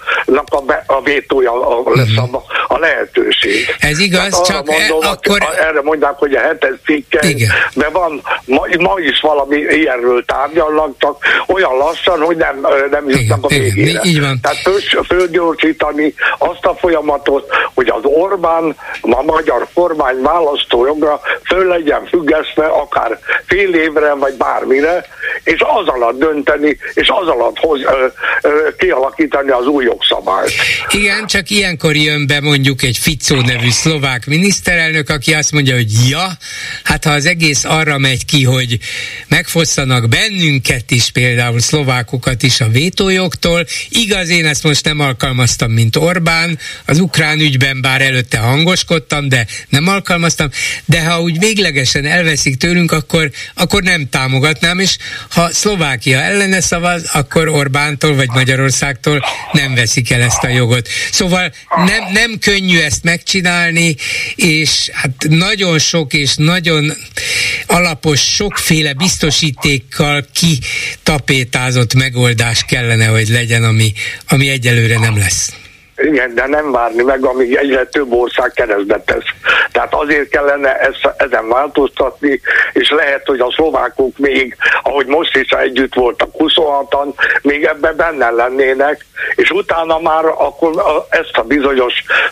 a vétója lesz a lehetőség. Ez igaz, csak erre mondják, hogy a 7-es cikkely, de van, ma is valami ilyenről tárgyalnak, csak olyan lassan, hogy nem jutnak a végére. Tehát fölgyorsítani azt a folyamatot, hogy az Orbán, a magyar kormány választójogra föl legyen függesztve akár fél évre, vagy bármire, és az alatt dönteni, és az alatt kialakítani az új jogszabályt. Igen, csak ilyenkor jön be mondjuk egy Fico nevű szlovák miniszterelnök, aki azt mondja, hogy hát ha az egész arra megy ki, hogy megfosszanak bennünket is, például szlovákokat is a vétójogtól, igaz, én ezt most nem alkalmaztam, mint Orbán, az ukrán ügyben bár előtte hangoskodtam, de nem alkalmaztam, de ha úgy véglegesen elveszik tőlünk, akkor nem támogatnám, és ha Szlovákia ellene szavaz, akkor Orbántól vagy Magyarországtól nem veszik el ezt a jogot. Szóval nem könnyű ezt megcsinálni, és hát nagyon sok és nagyon alapos, sokféle biztosítékkal kitapétázott megoldás kellene, hogy legyen, ami egyelőre nem lesz. Igen, de nem várni meg, amíg egyre több ország keresztbe tesz. Tehát azért kellene ezen változtatni, és lehet, hogy a szlovákok még, ahogy most is együtt voltak 26-an, még ebben benne lennének, és utána már akkor ezt a bizonyos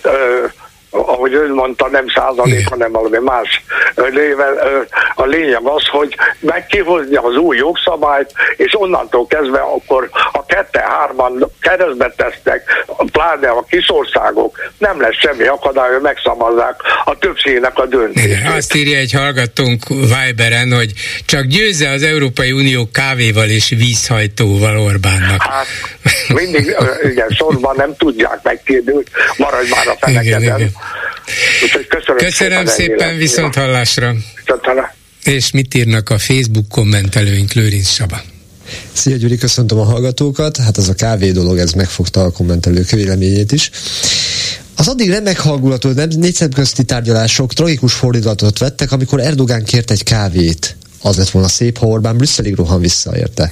ahogy ön mondta, nem százalék, hanem valami más lével. A lényeg az, hogy meg kihozni az új jogszabályt, és onnantól kezdve akkor a 2-3-an keresztbe tesznek, pláne a kisországok, nem lesz semmi akadály, hogy megszavazzák a többségnek a döntését. Azt írja egy hallgatónk Viberen, hogy csak győzze az Európai Unió kávéval és vízhajtóval Orbánnak. Hát mindig, igen, sorban nem tudják megkérni, hogy maradj már a fenekeden. Köszönöm szépen, viszont hallásra. És mit írnak a Facebook kommentelőink, Lőrinc Saba? Szia Gyuri, köszöntöm a hallgatókat. Hát az a kávé dolog, ez megfogta a kommentelők véleményét is. Az addig nem meghallgató négyszemközti tárgyalások tragikus fordulatot vettek, amikor Erdogán kért egy kávét. Az lett volna szép, ha Orbán Brüsszelig rohan vissza, érte.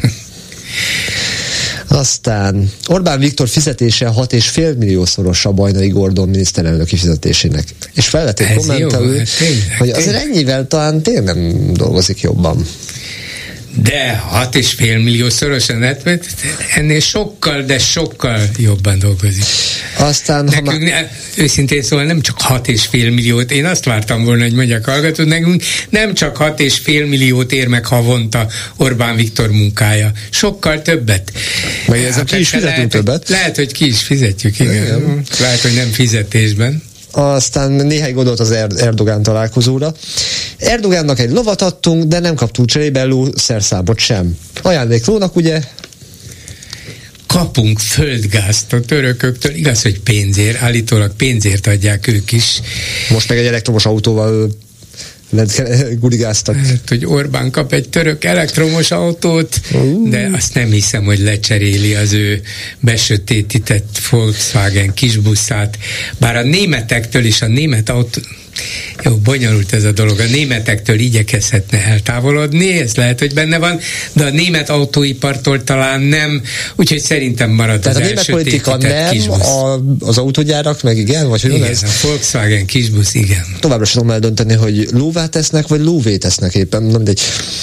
Aztán Orbán Viktor fizetése 6,5 milliószoros a Bajnai Gordon miniszterelnöki fizetésének. És felvették kommentelő, hogy azért ennyivel talán tényleg nem dolgozik jobban. De 6,5 milliószorosan, ennél sokkal, de sokkal jobban dolgozik. Aztán, nekünk, őszintén szóval nem csak 6,5 milliót, én azt vártam volna, hogy mondjak hallgató, nekünk nem csak 6,5 milliót ér meg havonta Orbán Viktor munkája, sokkal többet. Meg ezzel ki is fizetünk többet. Lehet, hogy ki is fizetjük, igen. Lehet, hogy nem fizetésben. Aztán néhány gondolt az Erdogán találkozóra. Erdogánnak egy lovat adtunk, de nem kaptunk cserébe lószerszámot sem. Ajándéklónak ugye? Kapunk földgázt a törököktől, igaz, hogy pénzért, állítólag pénzért adják ők is. Most meg egy elektromos autóval guligáztak. Hát, hogy Orbán kap egy török elektromos autót, de azt nem hiszem, hogy lecseréli az ő besötétített Volkswagen kisbuszát. Bár a németektől is a német autó... Jó, bonyolult ez a dolog. A németektől igyekezhetne eltávolodni, ez lehet, hogy benne van, de a német autóipartól talán nem, úgyhogy szerintem marad tehát az elsötétített kisbusz. Az autógyárak meg igen? Vagy igen, ez? A Volkswagen kisbusz, igen. Továbbra sem tudom eldönteni, hogy lóvá tesznek, vagy lóvé tesznek éppen, nem mindegy.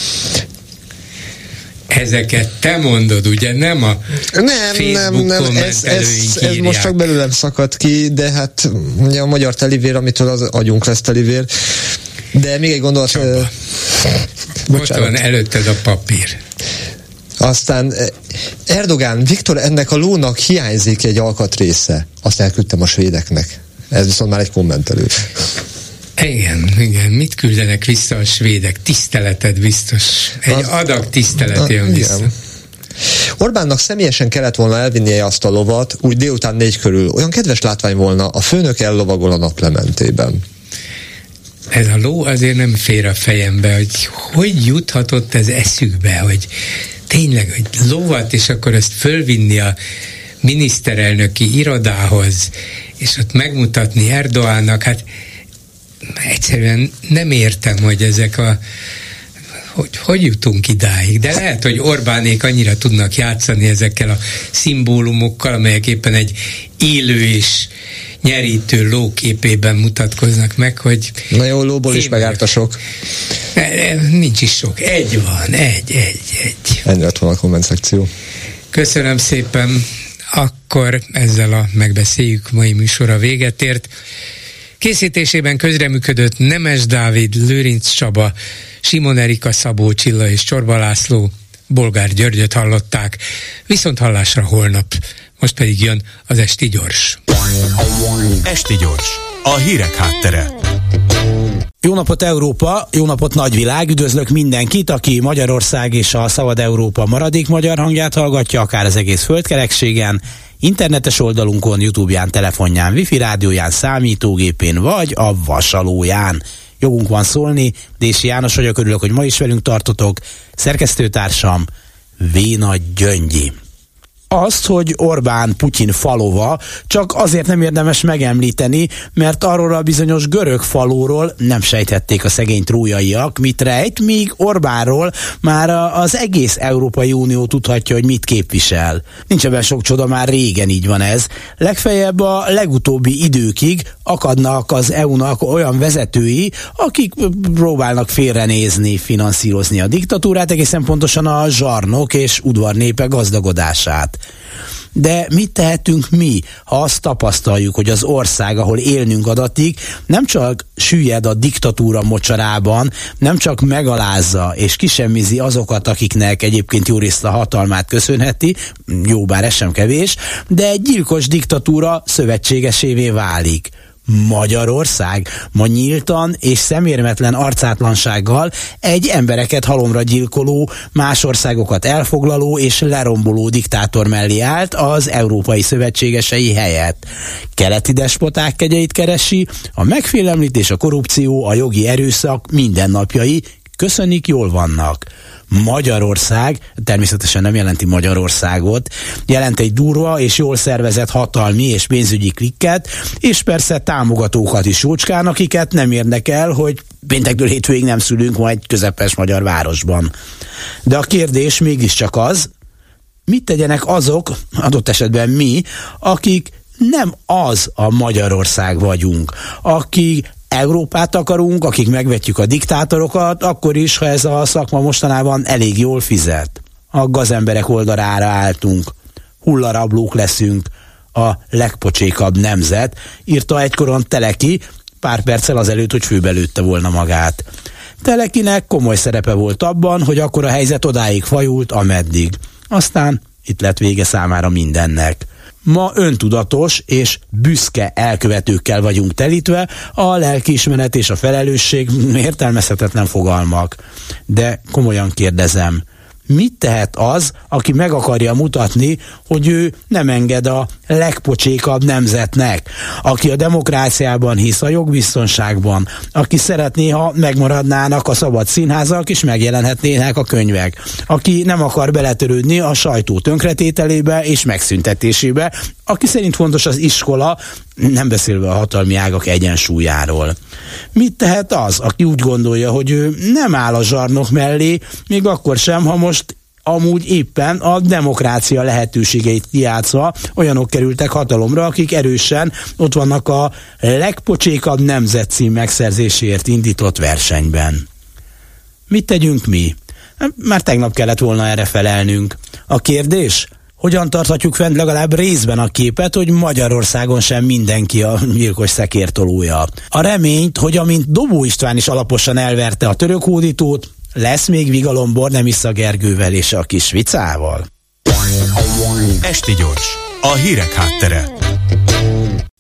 Ezeket te mondod, ugye? Nem a Facebook kommentelőink ez most csak belőlem szakadt ki, de hát ugye a magyar telivér, amitől az agyunk lesz telivér. De még egy gondolat... Ott van előtted a papír. Aztán Erdogán, Viktor, ennek a lónak hiányzik egy alkatrésze. Azt elküldtem a svédeknek. Ez viszont már egy kommentelő. Igen, mit küldenek vissza a svédek? Tiszteleted biztos. Egy adag tisztelet jön vissza. Orbánnak személyesen kellett volna elvinnie azt a lovat, úgy délután 4 körül. Olyan kedves látvány volna, a főnök ellovagol a naplementében. Ez a ló azért nem fér a fejembe, hogy juthatott ez eszükbe, hogy tényleg, hogy lovat, és akkor ezt fölvinni a miniszterelnöki irodához, és ott megmutatni Erdoğannak, hát egyszerűen nem értem, hogy ezek hogy jutunk idáig, de lehet, hogy Orbánék annyira tudnak játszani ezekkel a szimbólumokkal, amelyek éppen egy élő és nyerítő lóképében mutatkoznak meg, hogy... Na jó, lóból is megárt a sok. Nincs is sok. Egy van, egy. Ennyi lett volna a komment szekció. Köszönöm szépen. Akkor ezzel a megbeszéljük mai műsora véget ért. Készítésében közreműködött Nemes Dávid, Lőrinc Csaba, Simon Erika, Szabó Csilla és Csorba László. Bolgár Györgyöt hallották. Viszont hallásra holnap. Most pedig jön az Esti Gyors. Esti Gyors, a hírek háttere. Jó napot Európa, jó napot nagyvilág, üdvözlök mindenkit, aki Magyarország és a Szabad Európa maradék magyar hangját hallgatja, akár az egész földkerekségen, internetes oldalunkon, YouTube-ján, telefonján, wifi rádióján, számítógépén vagy a vasalóján. Jogunk van szólni, Dési János vagyok, örülök, hogy ma is velünk tartotok, szerkesztőtársam Véna Gyöngyi. Azt, hogy Orbán Putyin falova csak azért nem érdemes megemlíteni, mert arról a bizonyos görög falóról nem sejthették a szegény trójaiak, mit rejt, míg Orbánról már az egész Európai Unió tudhatja, hogy mit képvisel. Nincs ebben sok csoda, már régen így van ez. Legfeljebb a legutóbbi időkig akadnak az EU-nak olyan vezetői, akik próbálnak félrenézni, finanszírozni a diktatúrát, egészen pontosan a zsarnok és udvarnépe gazdagodását. De mit tehetünk mi, ha azt tapasztaljuk, hogy az ország, ahol élnünk adatik, nem csak süllyed a diktatúra mocsarában, nem csak megalázza és kisemmizi azokat, akiknek egyébként jó részt a hatalmát köszönheti, jó, bár ez sem kevés, de egy gyilkos diktatúra szövetségesévé válik. Magyarország ma nyíltan és szemérmetlen arcátlansággal egy embereket halomra gyilkoló, más országokat elfoglaló és leromboló diktátor mellé állt az európai szövetségesei helyett. Keleti despoták kegyeit keresi, a megfélemlítés, a korrupció, a jogi erőszak mindennapjai, köszönik, jól vannak. Magyarország természetesen nem jelenti Magyarországot, jelent egy durva és jól szervezett hatalmi és pénzügyi klikket, és persze támogatókat is jócskán, akiket nem érdekel, hogy péntektől hétfőig nem szülünk majd közepes magyar városban. De a kérdés mégiscsak az, mit tegyenek azok, adott esetben mi, akik nem az a Magyarország vagyunk, akik Európát akarunk, akik megvetjük a diktátorokat, akkor is, ha ez a szakma mostanában elég jól fizet. A gazemberek oldalára álltunk, hullarablók leszünk, a legpocsékabb nemzet, írta egykoron Teleki, pár perccel azelőtt, hogy főbelőtte volna magát. Telekinek komoly szerepe volt abban, hogy akkor a helyzet odáig fajult, ameddig. Aztán itt lett vége számára mindennek. Ma öntudatos és büszke elkövetőkkel vagyunk telítve, a lelkiismeret és a felelősség értelmezhetetlen fogalmak. De komolyan kérdezem, mit tehet az, aki meg akarja mutatni, hogy ő nem enged a legpocsékabb nemzetnek, aki a demokráciában hisz, a jogbiztonságban, aki szeretné, ha megmaradnának a szabad színházak és megjelenhetnének a könyvek, aki nem akar beletörődni a sajtó tönkretételébe és megszüntetésébe, aki szerint fontos az iskola, nem beszélve a hatalmi ágak egyensúlyáról. Mit tehet az, aki úgy gondolja, hogy ő nem áll a zsarnok mellé, még akkor sem, ha most amúgy éppen a demokrácia lehetőségeit kijátszva olyanok kerültek hatalomra, akik erősen ott vannak a legpocsékabb nemzetcím megszerzéséért indított versenyben. Mit tegyünk mi? Már tegnap kellett volna erre felelnünk. A kérdés? Hogyan tarthatjuk fent legalább részben a képet, hogy Magyarországon sem mindenki a gyilkos szekértolója? A reményt, hogy amint Dobó István is alaposan elverte a török hódítót, lesz még vigalombor Bornemisza Gergővel és a kis Vicával? Esti Gyors, a hírek háttere.